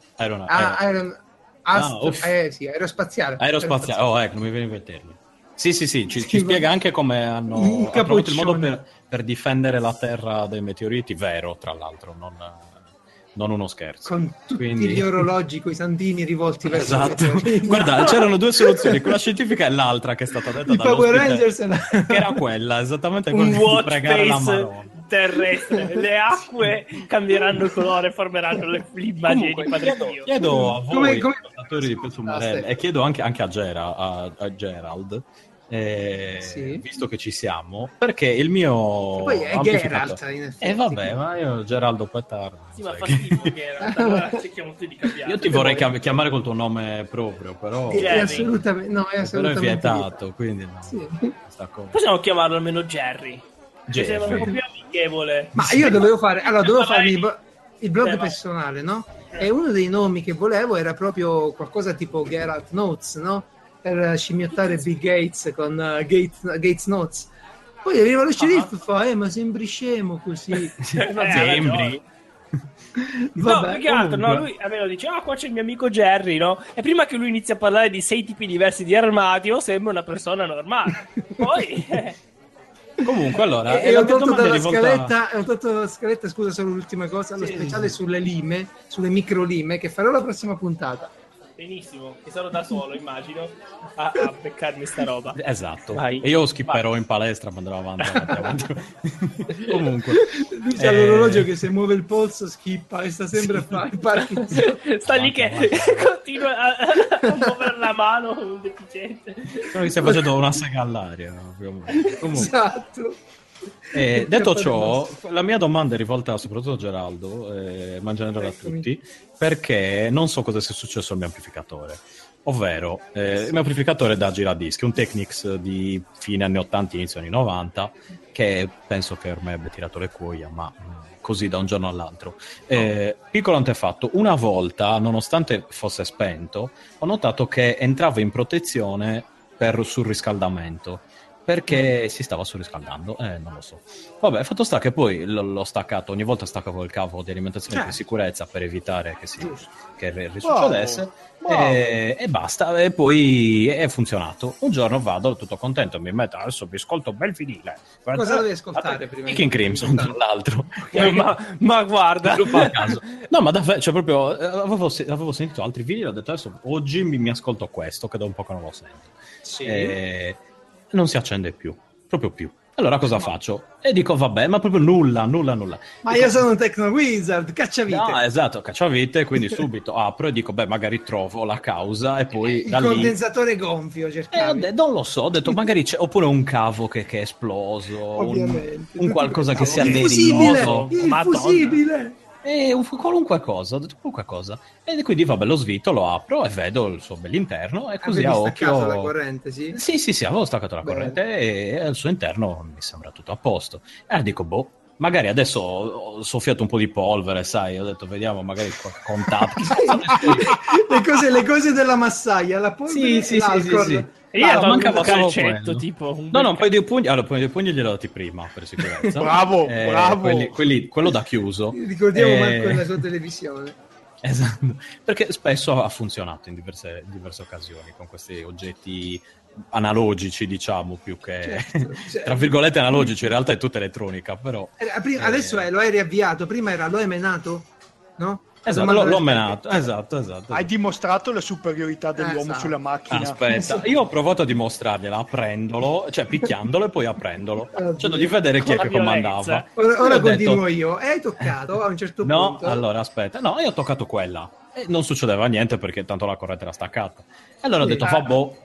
sì, aerospaziale. aerospaziale. Oh, ecco, non mi viene in termine. Sì, ci Sì, spiega ma- anche come hanno Un trovato il modo capoccione. per difendere la Terra dai meteoriti, vero, tra l'altro, non uno scherzo. Con tutti Quindi- gli orologi coi santini rivolti verso Esatto. il meteorito. Guarda, c'erano due soluzioni, quella scientifica e l'altra che è stata detta I Power dall'ospite, Rangers e la- che era quella, esattamente Un quella di watch pregare la face Maronna. terrestre. Le acque cambieranno colore e formeranno l'immagine Comunque, di Padre Pio. chiedo a voi, Come- ascoltatori di Pezzo Marelle, Stefano. e chiedo anche a Gerald, Sì. visto che ci siamo, perché il mio Poi è amplificatore- Geralt, in effetti. vabbè, ma io Geraldo Pettardo. Sì, ma sai fa che- schifo che era. Allora cerchiamo tutti di cambiare. Io ti vorrei chiamare col tuo nome proprio, però È Jerry. assolutamente, no, è però è assolutamente vietato, quindi no. Sì. Questa cosa. Possiamo chiamarlo almeno Jerry. Che Jerry. sembra un po' più amichevole. Ma io dovevo fare, allora dovevo farmi il blog vai. personale, no? E uno dei nomi che volevo era proprio qualcosa tipo Geralt Notes, no? Per scimmiottare Bill Gates con Gates Notes. Poi arriva lo sceriffo e fa, ma sembri scemo così. Sembri. No, Vabbè, più che altro, no, comunque. lui almeno dice, qua c'è il mio amico Jerry, no? E prima che lui inizi a parlare di 6 tipi diversi di armadio, sembra una persona normale. Poi, Comunque, allora, E la ho mia tolto domanda è dalla rivolta... scaletta, ho tolto dalla scaletta, scusa, solo l'ultima cosa, lo speciale sulle lime, sulle micro lime, che farò la prossima puntata. benissimo, che sarò da solo, immagino, a beccarmi sta roba. Esatto. Vai. E io skipperò in palestra, ma andrò avanti. Comunque. Lui c'ha l'orologio che se muove il polso schippa e sta sempre a fare il Parkinson. Sta lì che continua a muovere la mano un deficiente. Sembra che stia facendo una sega all'aria. Più o meno. Comunque. Esatto. Detto ciò, la mia domanda è rivolta soprattutto a Geraldo, ma in generale a tutti, perché non so cosa sia successo al mio amplificatore. Ovvero, il mio amplificatore da giradischi, un Technics di fine anni 80, inizio anni 90, che penso che ormai abbia tirato le cuoia, ma così da un giorno all'altro. Piccolo antefatto, una volta, nonostante fosse spento, ho notato che entrava in protezione per surriscaldamento. Perché si stava surriscaldando, non lo so. Vabbè, fatto sta che poi l'ho staccato, ogni volta staccavo il cavo di alimentazione di sicurezza per evitare che risuccedesse. E basta, e poi è funzionato. Un giorno vado tutto contento, mi metto, adesso vi ascolto un bel vinile. Cosa devi ascoltare prima? King Crimson, tra l'altro. Ma guarda, A caso. No, ma davvero, cioè proprio avevo sentito altri video, ho detto adesso oggi mi ascolto questo, che da un po' che non lo sento. Sì. Non si accende più, proprio più. Allora cosa faccio? E dico vabbè, ma proprio nulla. Ma io sono un Techno Wizard, cacciavite. No, esatto, cacciavite, quindi subito apro e dico beh, magari trovo la causa e poi Il da lì... condensatore gonfio, cercavi. non lo so, ho detto magari c'è oppure un cavo che è esploso, Ovviamente. un qualcosa che sia Il fusibile! annerinoso. Il Madonna. fusibile! Qualunque cosa, ho detto qualunque cosa. E quindi vabbè, lo svito, lo apro e vedo il suo bell'interno e così Avevi a staccato occhio... la corrente, sì? Sì, avevo staccato la Bene. corrente e al suo interno mi sembra tutto a posto. E dico, boh, magari adesso ho soffiato un po' di polvere, sai, ho detto, vediamo, magari qualche contatto. le cose della massaia, la polvere Sì. e l'alcol. Sì. E io ho mancava un solo calcetto, quello. tipo No, un paio di pugni, allora, un paio di pugni gliel'ho dati prima, per sicurezza. Bravo. Quello da chiuso. Ricordiamo Marco nella sua televisione. Esatto, perché spesso ha funzionato in diverse occasioni con questi oggetti analogici, diciamo, più che tra virgolette analogici, in realtà è tutta elettronica, però Adesso lo hai riavviato, prima era lo hai menato, no? esatto, l'ho menato, esatto. Hai dimostrato la superiorità dell'uomo Esatto. sulla macchina. Aspetta, io ho provato a dimostrargliela aprendolo, cioè picchiandolo e poi aprendolo, cercando di vedere chi è che comandava. Ora Io ho continuo detto, io. E hai toccato a un certo no, punto. allora aspetta, no, io ho toccato quella e non succedeva niente perché tanto la corrente era staccata. E allora ho detto, vabbò,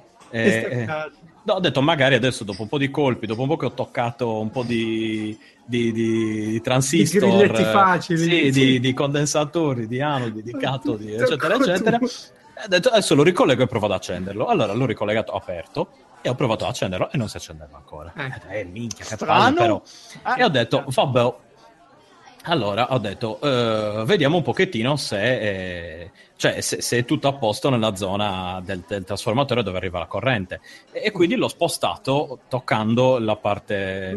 no, ho detto magari adesso dopo un po' di colpi, dopo un po' che ho toccato un po' di transistor, Di grilletti facili. sì, di condensatori, di anodi, di catodi, eccetera, eccetera. Ho detto, adesso lo ricollego e provo ad accenderlo. Allora l'ho ricollegato aperto e ho provato ad accenderlo e non si accendeva ancora. Minchia, che palle, però. E ho detto, vabbè. Allora ho detto, vediamo un pochettino se è tutto a posto nella zona del trasformatore dove arriva la corrente. E quindi l'ho spostato toccando la parte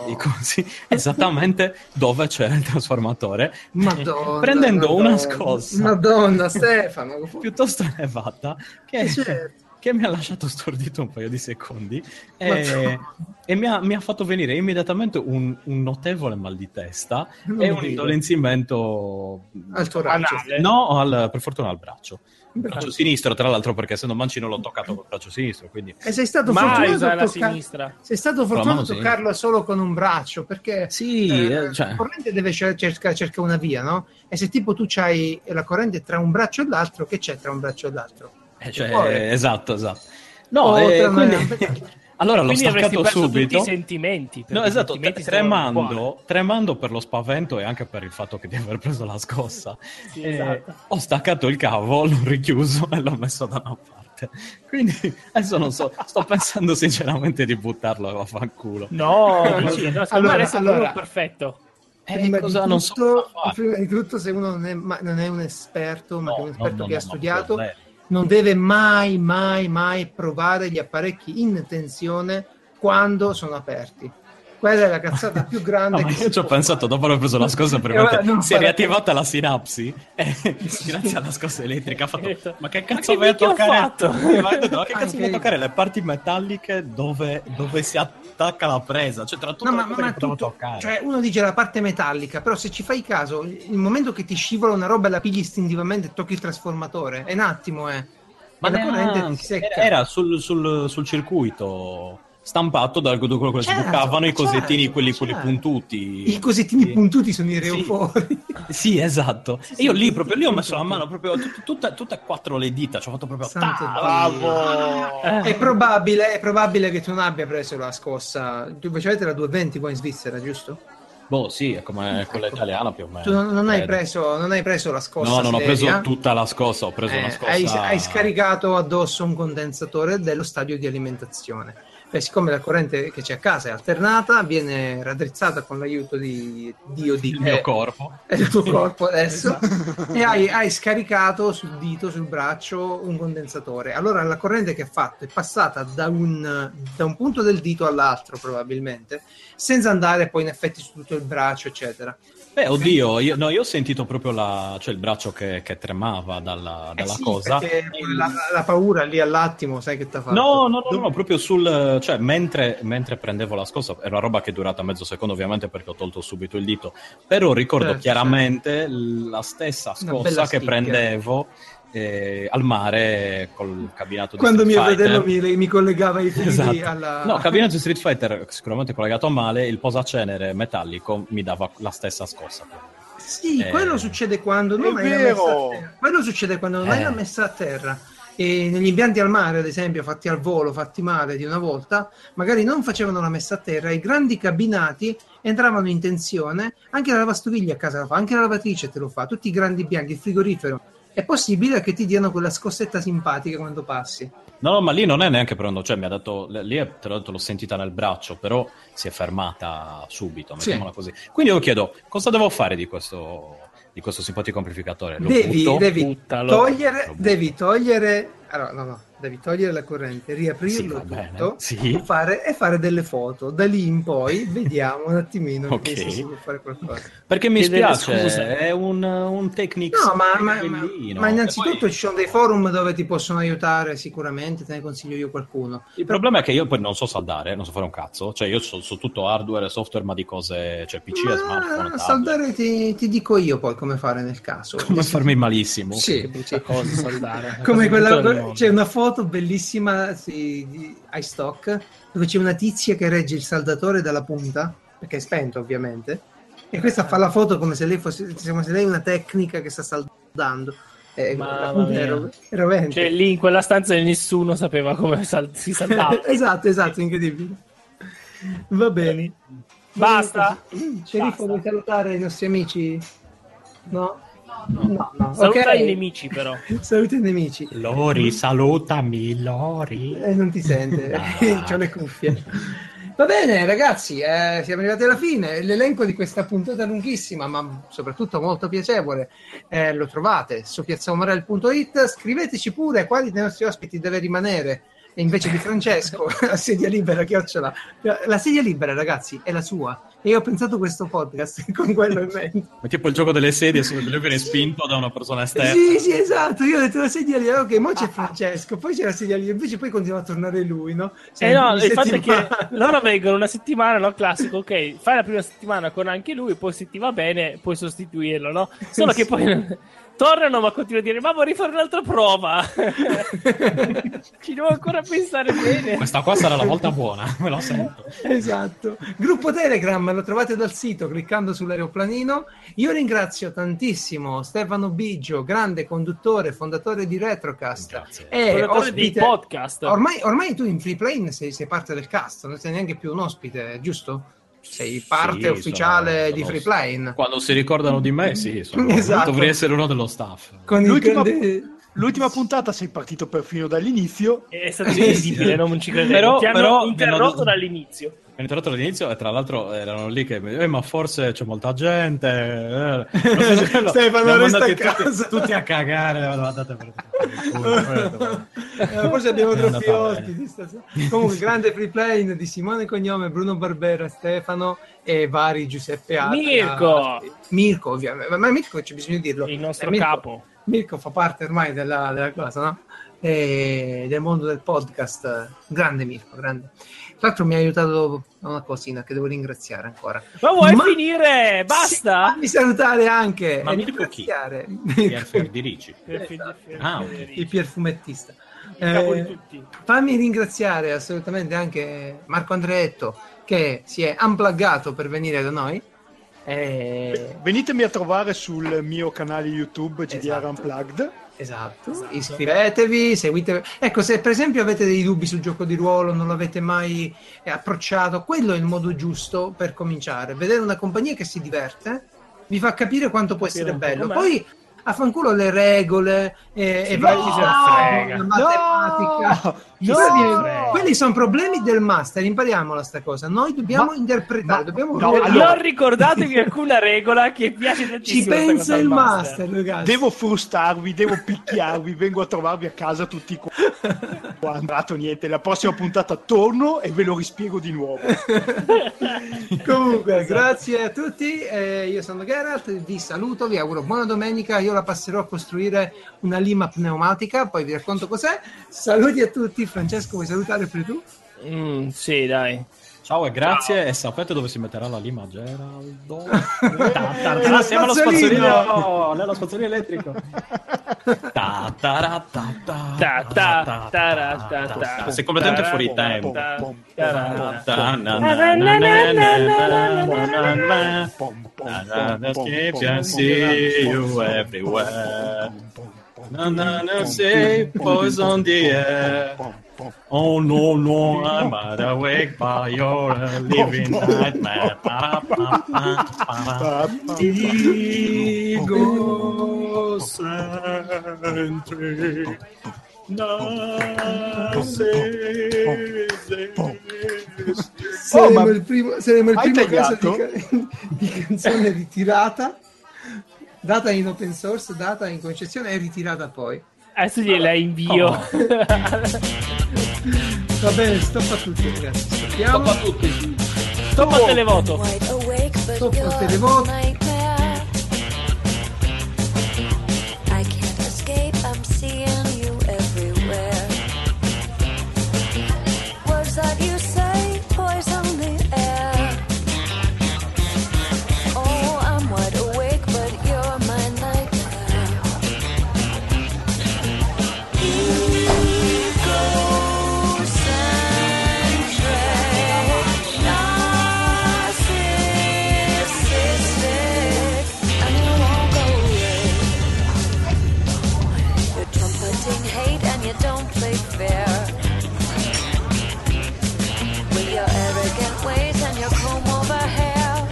esattamente dove c'era il trasformatore. Madonna, prendendo una scossa. Madonna, Stefano. Piuttosto elevata che... Certo. Che mi ha lasciato stordito un paio di secondi e mi ha fatto venire immediatamente un notevole mal di testa e un indolenzimento al torace. no, per fortuna al braccio. Il braccio sinistro, tra l'altro, perché essendo mancino l'ho toccato col braccio sinistro, quindi... E sei stato mai fortunato usare a la sinistra. Sei stato fortunato a sì. toccarlo solo con un braccio, perché la corrente deve cerca una via, no? E se tipo tu c'hai la corrente tra un braccio e l'altro, che c'è tra un braccio e l'altro? Esatto. No, quindi... Allora l'ho Quindi avresti staccato perso subito. tutti i sentimenti. No, perché i esatto, sentimenti sono buoni. tremando per lo spavento e anche per il fatto che di aver preso la scossa. Sì, esatto. Ho staccato il cavo, l'ho richiuso e l'ho messo da una parte. Quindi adesso non so, sto pensando sinceramente di buttarlo a vaffanculo. No, secondo me adesso è proprio perfetto. Prima, cosa di non so tutto, cosa fare. prima di tutto, se uno non è un esperto, ma che è un esperto che ha studiato, no, non deve mai provare gli apparecchi in tensione quando sono aperti. Quella è la cazzata più grande. No, ma io ci ho pensato dopo aver preso la scossa per guarda, non si è fare- riattivata la sinapsi grazie alla scossa elettrica. Ha fatto, ma che cazzo che vai a minchia ho toccare? fatto? Ma che cazzo Anche vai a io. toccare le parti metalliche dove si attacca la presa? Cioè, tra tutte No, le cose che potevo tutto, toccare. cioè uno dice la parte metallica, però se ci fai caso, il momento che ti scivola una roba e la pigli istintivamente e tocchi il trasformatore, è un attimo, Ma e la corrente ti neanche, secca. era sul circuito stampato da quello che Certo, sbucavano i cosettini, certo, quelli certo. puntuti. I cosettini puntuti sono i Sì. reofori. Sì, esatto. Sì, E io lì sì, proprio lì ho sì, messo sì. la mano proprio tutte e quattro le dita, ci ho fatto proprio Santo ta! Dio. Bravo! È probabile che tu non abbia preso la scossa. Tu avete la 220 qua in Svizzera, giusto? Boh, sì, è come quella italiana più o meno. Tu non hai credo. preso la scossa. No, non ho preso seria. tutta la scossa, ho preso una scossa. Hai scaricato addosso un condensatore dello stadio di alimentazione. Siccome la corrente che c'è a casa è alternata, viene raddrizzata con l'aiuto di Dio il mio corpo. è il tuo corpo adesso, e hai scaricato sul dito, sul braccio, un condensatore. Allora la corrente che ha fatto è passata da un punto del dito all'altro, probabilmente, senza andare poi in effetti su tutto il braccio, eccetera. Beh, oddio, io ho sentito proprio il braccio che tremava dalla Sì, cosa. perché la paura lì all'attimo, sai che t'ha fatto? No, proprio cioè mentre prendevo la scossa, era una roba che è durata mezzo secondo ovviamente perché ho tolto subito il dito, però ricordo Certo, chiaramente la stessa Una bella scossa che schicchia. prendevo al mare col cabinato di Quando Street mio Fighter. fratello mi collegava i fili Esatto. alla... No, cabinato di Street Fighter sicuramente collegato a male, il posacenere metallico mi dava la stessa scossa. Sì, quello succede quando non È hai la messa a vero! terra. Quello succede quando non hai la messa a terra. E negli impianti al mare, ad esempio, fatti al volo, fatti male di una volta, magari non facevano la messa a terra, i grandi cabinati entravano in tensione, anche la lavastoviglie a casa la fa, anche la lavatrice te lo fa, tutti i grandi bianchi, il frigorifero. È possibile che ti diano quella scossetta simpatica quando passi. No, ma lì non è neanche pronto, cioè mi ha dato, lì te l'ho detto, l'ho sentita nel braccio, però si è fermata subito, mettiamola così. Quindi io chiedo, cosa devo fare di questo simpatico amplificatore? Lo butto? buttalo. Devi togliere, allora, no, devi togliere la corrente, riaprirlo Sì, va tutto bene, sì. e fare delle foto. Da lì in poi vediamo un attimino Ok. se si può fare qualcosa. Perché mi Chiedere spiace, scusa. è un Technics No, ma bellino. innanzitutto E poi ci sono dei forum dove ti possono aiutare sicuramente, te ne consiglio io qualcuno. il problema è che io poi non so saldare, non so fare un cazzo, cioè io so tutto hardware e software, ma di cose, cioè PC e smartphone, tablet. Saldare ti dico io poi come fare nel caso. Come farmi malissimo. Sì, Brutta cosa saldare. come Cosa brutta del quella, mondo. c'è una foto bellissima di iStock dove c'è una tizia che regge il saldatore dalla punta, perché è spento ovviamente, e questa fa la foto come se lei fosse, come se lei è una tecnica che sta saldando. Mamma La punta mia. è rovente. Cioè lì in quella stanza nessuno sapeva come si saldava. esatto, incredibile. Va bene. Basta? Sceriffo, vuoi salutare i nostri amici? No? No. Saluta Ok. i nemici però. Saluta i nemici. Lori, salutami, Lori. Non ti sente, c'ho le cuffie. Va bene ragazzi, siamo arrivati alla fine. L'elenco di questa puntata lunghissima ma soprattutto molto piacevole lo trovate su piazzaomarel.it. Scriveteci pure quali dei nostri ospiti deve rimanere, e invece di Francesco la sedia libera chiocciola. La sedia libera ragazzi è la sua, e io ho pensato questo podcast con quello in mente. Ma tipo il gioco delle sedie, se deve venire spinto da una persona esterna. Sì, esatto. Io ho detto la sedia lì, ok, mo c'è Francesco, poi c'è la sedia lì, invece poi continua a tornare lui, no? No, Ogni il fatto è che settimana. loro vengono una settimana, no? Classico, ok, fai la prima settimana con anche lui, poi se ti va bene puoi sostituirlo, no? Solo che poi tornano ma continuano a dire ma vorrei fare un'altra prova. Ci devo ancora pensare bene. Questa qua sarà la volta buona, me lo sento. Esatto. Gruppo Telegram lo trovate dal sito cliccando sull'aeroplanino. Io ringrazio tantissimo Stefano Biggio, grande conduttore, fondatore di Retrocast. Grazie. E Fondatore dei ospite. podcast. Ormai tu in Free Plane sei parte del cast, non sei neanche più un ospite, giusto? Sei parte Sì, ufficiale sono- di sono- Free Plane. Quando si ricordano di me, sì, Esatto. dovrei essere uno dello staff. Con il L'ultima- grande... l'ultima puntata sei partito perfino dall'inizio. È stato invisibile, non ci credevo. Ti hanno interrotto dall'inizio. Mi hanno interrotto all'inizio e tra l'altro erano lì che ma forse c'è molta gente. Stefano, resta a casa. Tutti a cagare. Andate per forse abbiamo troppi ospiti stasera. Comunque, grande free play di Simone Cognome, Bruno Barbera, Stefano e vari Giuseppe Atria. Mirko, ovviamente. Ma Mirko c'è bisogno di dirlo. Il nostro capo. Mirko fa parte ormai della cosa, no? Del mondo del podcast. Grande Mirko, grande. Tra l'altro mi ha aiutato a una cosina che devo ringraziare ancora. Ma vuoi finire? Basta? Fammi salutare anche. Ma Mirko chi? Pier Ferdirici. Il pierfumettista. Il capo di tutti. Fammi ringraziare assolutamente anche Marco Andreetto che si è unpluggato per venire da noi. Venitemi a trovare sul mio canale YouTube GDR Unplugged. Esatto, iscrivetevi, seguite. Ecco, se per esempio avete dei dubbi sul gioco di ruolo, non l'avete mai approcciato, quello è il modo giusto per cominciare. Vedere una compagnia che si diverte vi fa capire quanto può essere bello. Poi affanculo le regole e la matematica. Quelli sono problemi del master, impariamola sta cosa. Noi dobbiamo interpretare, non ricordatevi alcuna regola che piace tantissimo. Ci pensa il master, ragazzi. Devo frustarvi, devo picchiarvi, vengo a trovarvi a casa tutti andato niente, la prossima puntata torno e ve lo rispiego di nuovo. Comunque, grazie a tutti, io sono Geralt, vi saluto, vi auguro buona domenica, io la passerò a costruire una lima pneumatica, poi vi racconto cos'è. Saluti a tutti. Francesco, vuoi salutare pure tu? Sì, dai. Ciao e grazie. Ciao. E sapete dove si metterà la lima, Geraldo? Assieme allo spazzolino. Nello spazzolino elettrico. Sei completamente fuori tempo. Can see you everywhere. Say boys on the air. Oh no, I'm wide awake by your living nightmare. Egocentric. Saremo il primo caso di canzone ritirata, data in open source, data in concessione e ritirata poi. Adesso gliela invio. Va bene, stop a tutti ragazzi, stop a tutti. Stop al televoto. Stop al televoto. I can't escape, I'm seeing you everywhere. Words that you say poison the air. Oh, I'm wide awake, but you're my nightmare. Hate and you don't play fair with your arrogant ways and your comb over hair.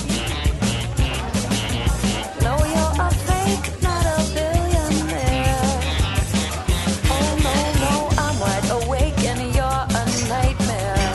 No, you're a fake, not a billionaire. Oh no, I'm wide awake and you're a nightmare.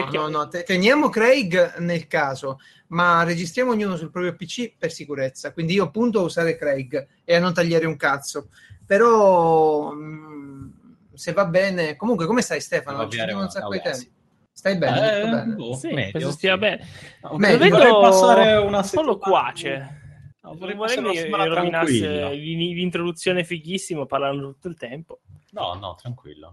no. Teniamo Craig nel caso, ma registriamo ognuno sul proprio PC per sicurezza. Quindi io punto a usare Craig e a non tagliare un cazzo. Però, se va bene... Comunque, come stai, Stefano? Ci vediamo un sacco di tempo. Stai bene? Tutto bene? Sì, medio, penso stia bene. Medio. Lo vedo Vorrei passare una solo settimana- quace. No, Non vorrei vorrei passare una che settimana rovinasse tranquilla. l'introduzione fighissimo parlando tutto il tempo. No, tranquillo.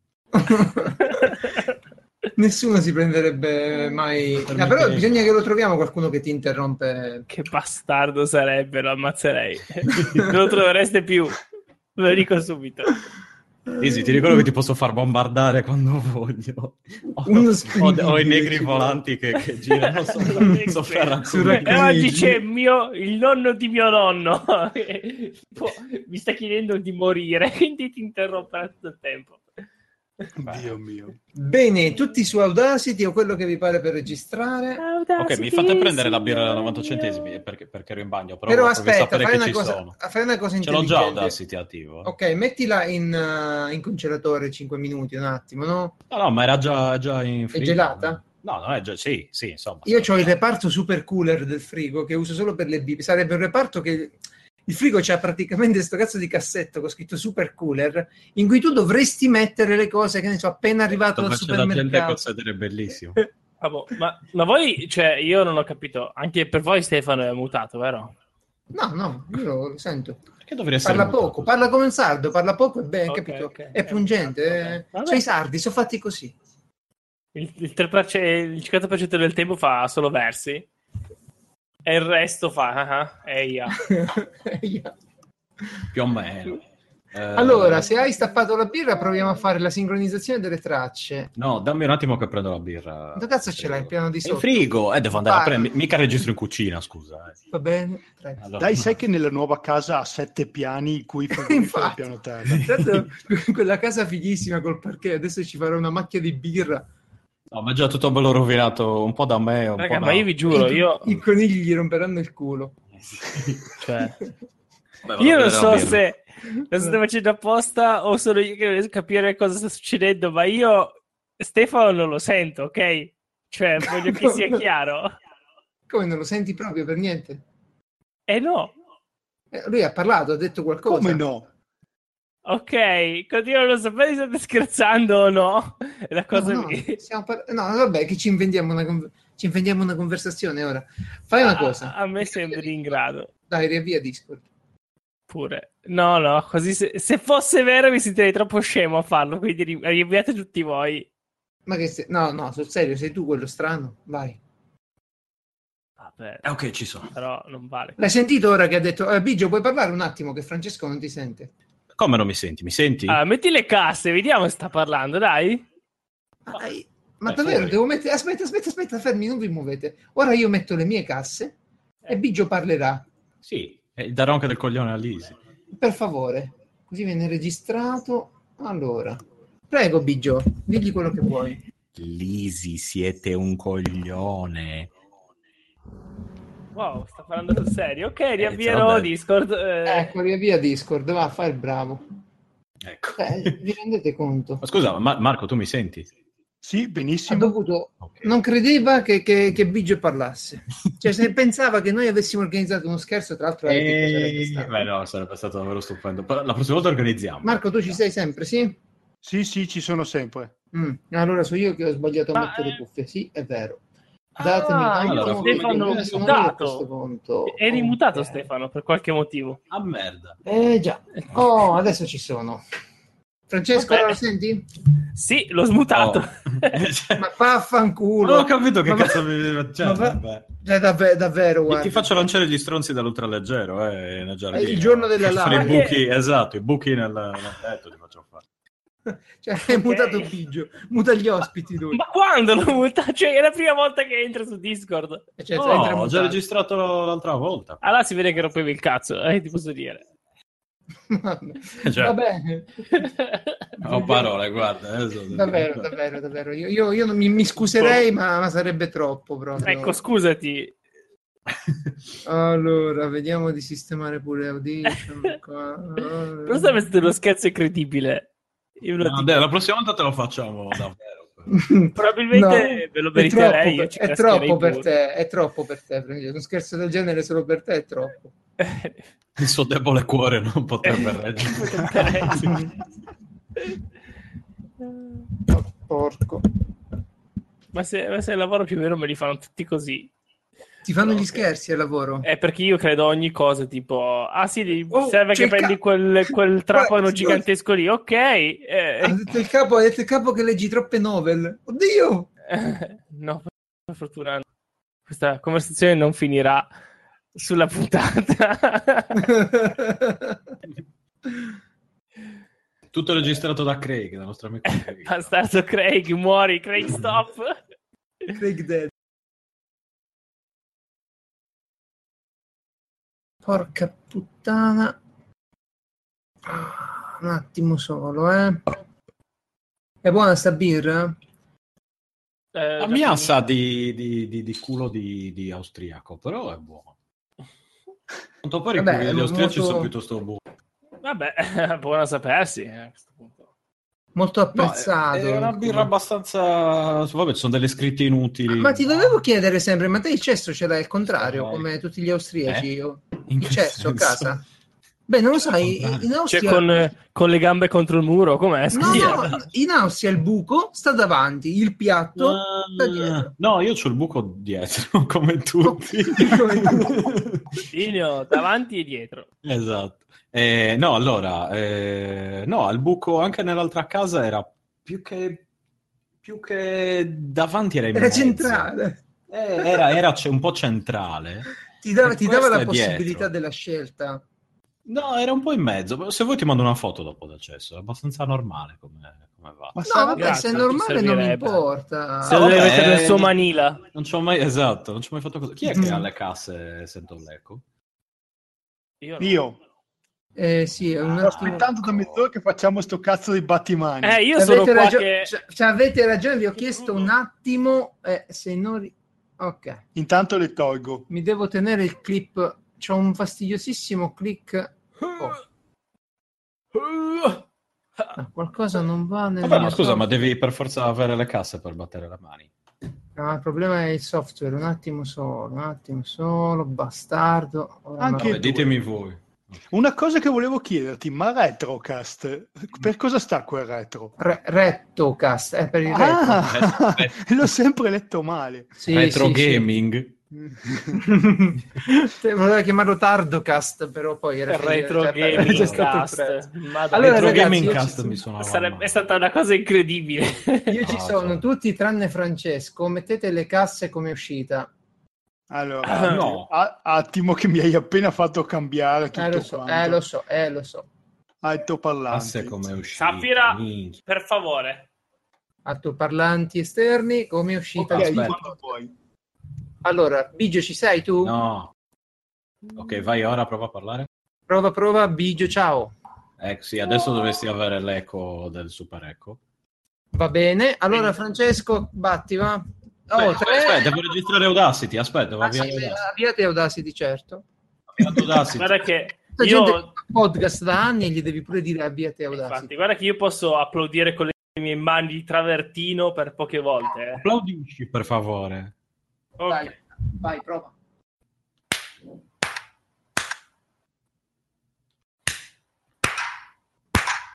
Nessuno si prenderebbe mai... Per No, me però che- bisogna che lo troviamo qualcuno che ti interrompe. Che bastardo sarebbe, lo ammazzerei. Non lo trovereste più. Ve lo dico subito. Easy, ti ricordo che ti posso far bombardare quando voglio. Uno Ho i spendibile, negri ci volanti che girano Su sofferranno. E oggi c'è il nonno di mio nonno. Mi sta chiedendo di morire, quindi ti interromperà tutto il tempo. Dio mio. Bene, tutti su Audacity o quello che vi pare per registrare. Ok, mi fate prendere la birra da 90 centesimi perché ero in bagno. Però Però volevo aspetta, sapere fai che una, ci cosa, sono. fai una cosa Ce l'ho intelligente. già Audacity attivo. Ok, mettila in congelatore 5 minuti, un attimo, no? No, ma era già in È frigo. gelata? No, non è già... Sì, insomma. Io ho il reparto super cooler del frigo che uso solo per le bibite. Sarebbe un reparto che... Il frigo c'ha praticamente sto cazzo di cassetto con scritto super cooler in cui tu dovresti mettere le cose che ne so appena arrivato Dove dal c'è la gente supermercato. col sedere bellissimo. Ma voi, cioè, io non ho capito. Anche per voi Stefano è mutato, vero? No, io lo sento. Perché dovrei essere Parla mutato? poco, parla come un sardo, parla poco e bene, Ok, capito? ok. È pungente. Vabbè. Vabbè. Cioè, i sardi sono fatti così. Il 3%, il 50% del tempo fa solo versi e il resto fa eia. Più o meno. Allora, se hai stappato la birra, proviamo a fare la sincronizzazione delle tracce. No, dammi un attimo che prendo la birra. Dove cazzo ce l'hai il piano di In sotto? frigo? Devo andare a Vai. prendere. Mica registro in cucina, scusa. Va bene, prego. Allora, Dai, sai che nella nuova casa ha 7 piani, in cui frigorifero al Infatti. piano terra. Tanto, quella casa fighissima col parquet, adesso ci farò una macchia di birra. No, ma è già tutto bello rovinato, un po' da me, un Raga, po' ma da... io vi giuro, I conigli gli romperanno il culo. cioè, Vabbè, io non vado a so vedere la birra. se lo state facendo apposta o solo io che non riesco a capire cosa sta succedendo, ma io Stefano non lo sento, ok? Cioè, voglio che sia chiaro. Come non lo senti proprio per niente? No. Lui ha parlato, ha detto qualcosa. Come no? Ok, continuo a non sapere se state scherzando o no. È la cosa No, che... no, vabbè, che ci inventiamo una conversazione ora. Fai una cosa. A me sembri in grado. Dai, riavvia Discord. Pure. No, così se fosse vero mi sentirei troppo scemo a farlo, quindi riavviate tutti voi. Ma che no, sul serio, sei tu quello strano? Vai. Vabbè, Ok, ci sono. però non vale. L'hai sentito ora che ha detto Biggio, puoi parlare un attimo che Francesco non ti sente? Come non mi senti? Mi senti? Allora, metti le casse, vediamo se sta parlando, dai. Ma Dai, davvero, fuori. devo mettere... Aspetta, fermi, non vi muovete. Ora io metto le mie casse e Biggio parlerà. Sì, e darò anche del coglione a Lisi. Per favore, così viene registrato. Allora, prego Biggio, digli quello che vuoi. Lisi, siete un coglione. Wow, sta parlando sul serio. Ok, riavvierò vabbè. Discord. Ecco, via Discord, va, fai il bravo. Ecco. Vi rendete conto? Ma scusa, Marco, tu mi senti? Sì, Ha benissimo. dovuto... Ok. Non credeva che Biggio parlasse. Cioè, se pensava che noi avessimo organizzato uno scherzo, tra l'altro... sarebbe stato. Beh, no, sarebbe stato davvero stupendo. Però la prossima volta organizziamo. Marco, tu ci sei sempre, sì? Sì, ci sono sempre. Allora so io che ho sbagliato a Ma, mettere le cuffie, sì, è vero. Datemi un Ah, allora, attimo, Stefano vediamo se non mutato. è a questo punto. Eri mutato, Ok. Stefano, per qualche motivo. Ah, merda. Già. Oh, adesso ci sono. Francesco, Vabbè. ora lo senti? Sì, l'ho smutato. Oh. Ma vaffanculo. Non ho capito che Ma va- cazzo mi... Cioè, ma va- vabbè. Cioè, davvero, guarda. Ti faccio lanciare gli stronzi dall'ultraleggero, nel giardino. È il giorno della Ti faccio laurea. i buchi, esatto, i buchi nel tetto ti faccio fare. Cioè, è Ok. mutato Biggio. Muta gli ospiti lui. Ma quando l'ho mutato? Cioè, è la prima volta che entro su Discord. Cioè, No, entra ho già mutato. registrato l'altra volta. Allora si vede che rompevi il cazzo, ti posso dire. Vabbè. Cioè, Va bene. ho parole, guarda. adesso- Davvero. Io non mi scuserei, ma sarebbe troppo proprio. Ecco, scusati. Allora, vediamo di sistemare pure Audition. Qua. Però sarebbe stato uno scherzo incredibile. Io lo No, dico. dai, la prossima volta te lo facciamo davvero. Probabilmente ve lo meriterei. Io ci è cascherei troppo per pure. te, è troppo per te. Un scherzo del genere solo per te è troppo. Il suo debole cuore non potrebbe reggere. Porco. Ma se al lavoro più o meno me li fanno tutti così. Ti fanno gli Ok. scherzi al lavoro? Perché io credo ogni cosa, tipo, Oh, serve c'è che il prendi quel trapano gigantesco lì, ok. Ha detto il capo che leggi troppe novel. Oddio! No, per fortuna no. Questa conversazione non finirà sulla puntata. Tutto registrato da Craig, dal nostro amico Craig. Bastardo Craig, muori, Craig, stop. Craig Dead. Porca puttana. Un attimo solo, È buona sta birra? La mia sa di culo di austriaco, però è buono. Quanto pare i Vabbè, culi è degli austriaci molto- sono piuttosto buoni. Vabbè, buono a sapersi a questo punto. Molto No, apprezzato. è una birra abbastanza... Vabbè, ci sono delle scritte inutili. Ma ti dovevo chiedere sempre, ma te il cesso ce l'hai al contrario, Sai. come tutti gli austriaci? Io. In Il che cesso a senso? casa? Beh, non lo sai, contrario. in Cioè, Austria... con le gambe contro il muro, com'è? No, in Austria il buco sta davanti, il piatto sta dietro. No, io c'ho il buco dietro, come tutti. Dino, davanti e dietro. Esatto. No, allora, no, il buco anche nell'altra casa era più che davanti era in Era mezzo. centrale. Era un po' centrale. Ti dava Questo la è possibilità dietro. della scelta. No, era un po' in mezzo. Se vuoi ti mando una foto dopo d'accesso, è abbastanza normale come va. Ma No, sarà- vabbè, Grazie, se è non ci normale non mi servirebbe. importa. Se lo deve vabbè, mettere nel suo Manila. Non ci ho mai, esatto, non ci ho mai fatto così. Chi è che ha le casse sento l'eco? Io no. Io Sì, è un sto attimo. aspettando da mezz'ora che facciamo sto cazzo di battimani. Io Se sono avete, qua ragione, che... se avete ragione, vi ho chiesto un attimo. Se non. Ok, Intanto le tolgo. mi devo tenere il clip. C'ho un fastidiosissimo click. Qualcosa non va nel Vabbè, ma mio scusa, ma software. devi per forza avere le casse per battere le mani. No, il problema è il software. Un attimo solo, bastardo. Ora Anche me lo- Vabbè, ditemi voi. Una cosa che volevo chiederti, ma Retrocast, per cosa sta quel retro? Rettocast, per il retro. Ah, l'ho sempre letto male. Sì, Retro sì, sì. gaming. Volevo chiamarlo Tardocast, però poi era Retro cioè, Gaming c'è stato il Cast. prezzo. Madonna. Allora, Retro ragazzi, gaming io cast ci mi suonava Sarebbe male. stata una cosa incredibile. Io ci sono certo. tutti tranne Francesco. Mettete le casse come uscita. Allora, No. attimo che mi hai appena fatto cambiare tutto Lo so, quanto. lo so. Altoparlanti. Casse come è uscita. Safira, minchia. per favore. Altoparlanti esterni come uscita. Ok, di aspetta. spot. quando vuoi. Allora, Bigio, ci sei tu? No. Ok, vai ora, prova a parlare. Prova, Bigio, ciao. Sì, adesso dovresti avere l'eco del super eco. Va bene. Allora, Francesco, batti, va. Aspetta, devo registrare Audacity. Aspetta, devo Ah, sì, avviare Audacity. avviate Audacity, certo. Avviato Audacity. Guarda che La gente io... fa podcast da anni e gli devi pure dire avviate Audacity. Infatti, guarda che io posso applaudire con le mie mani di travertino per poche volte. Applaudisci, per favore. Ok. Vai, prova.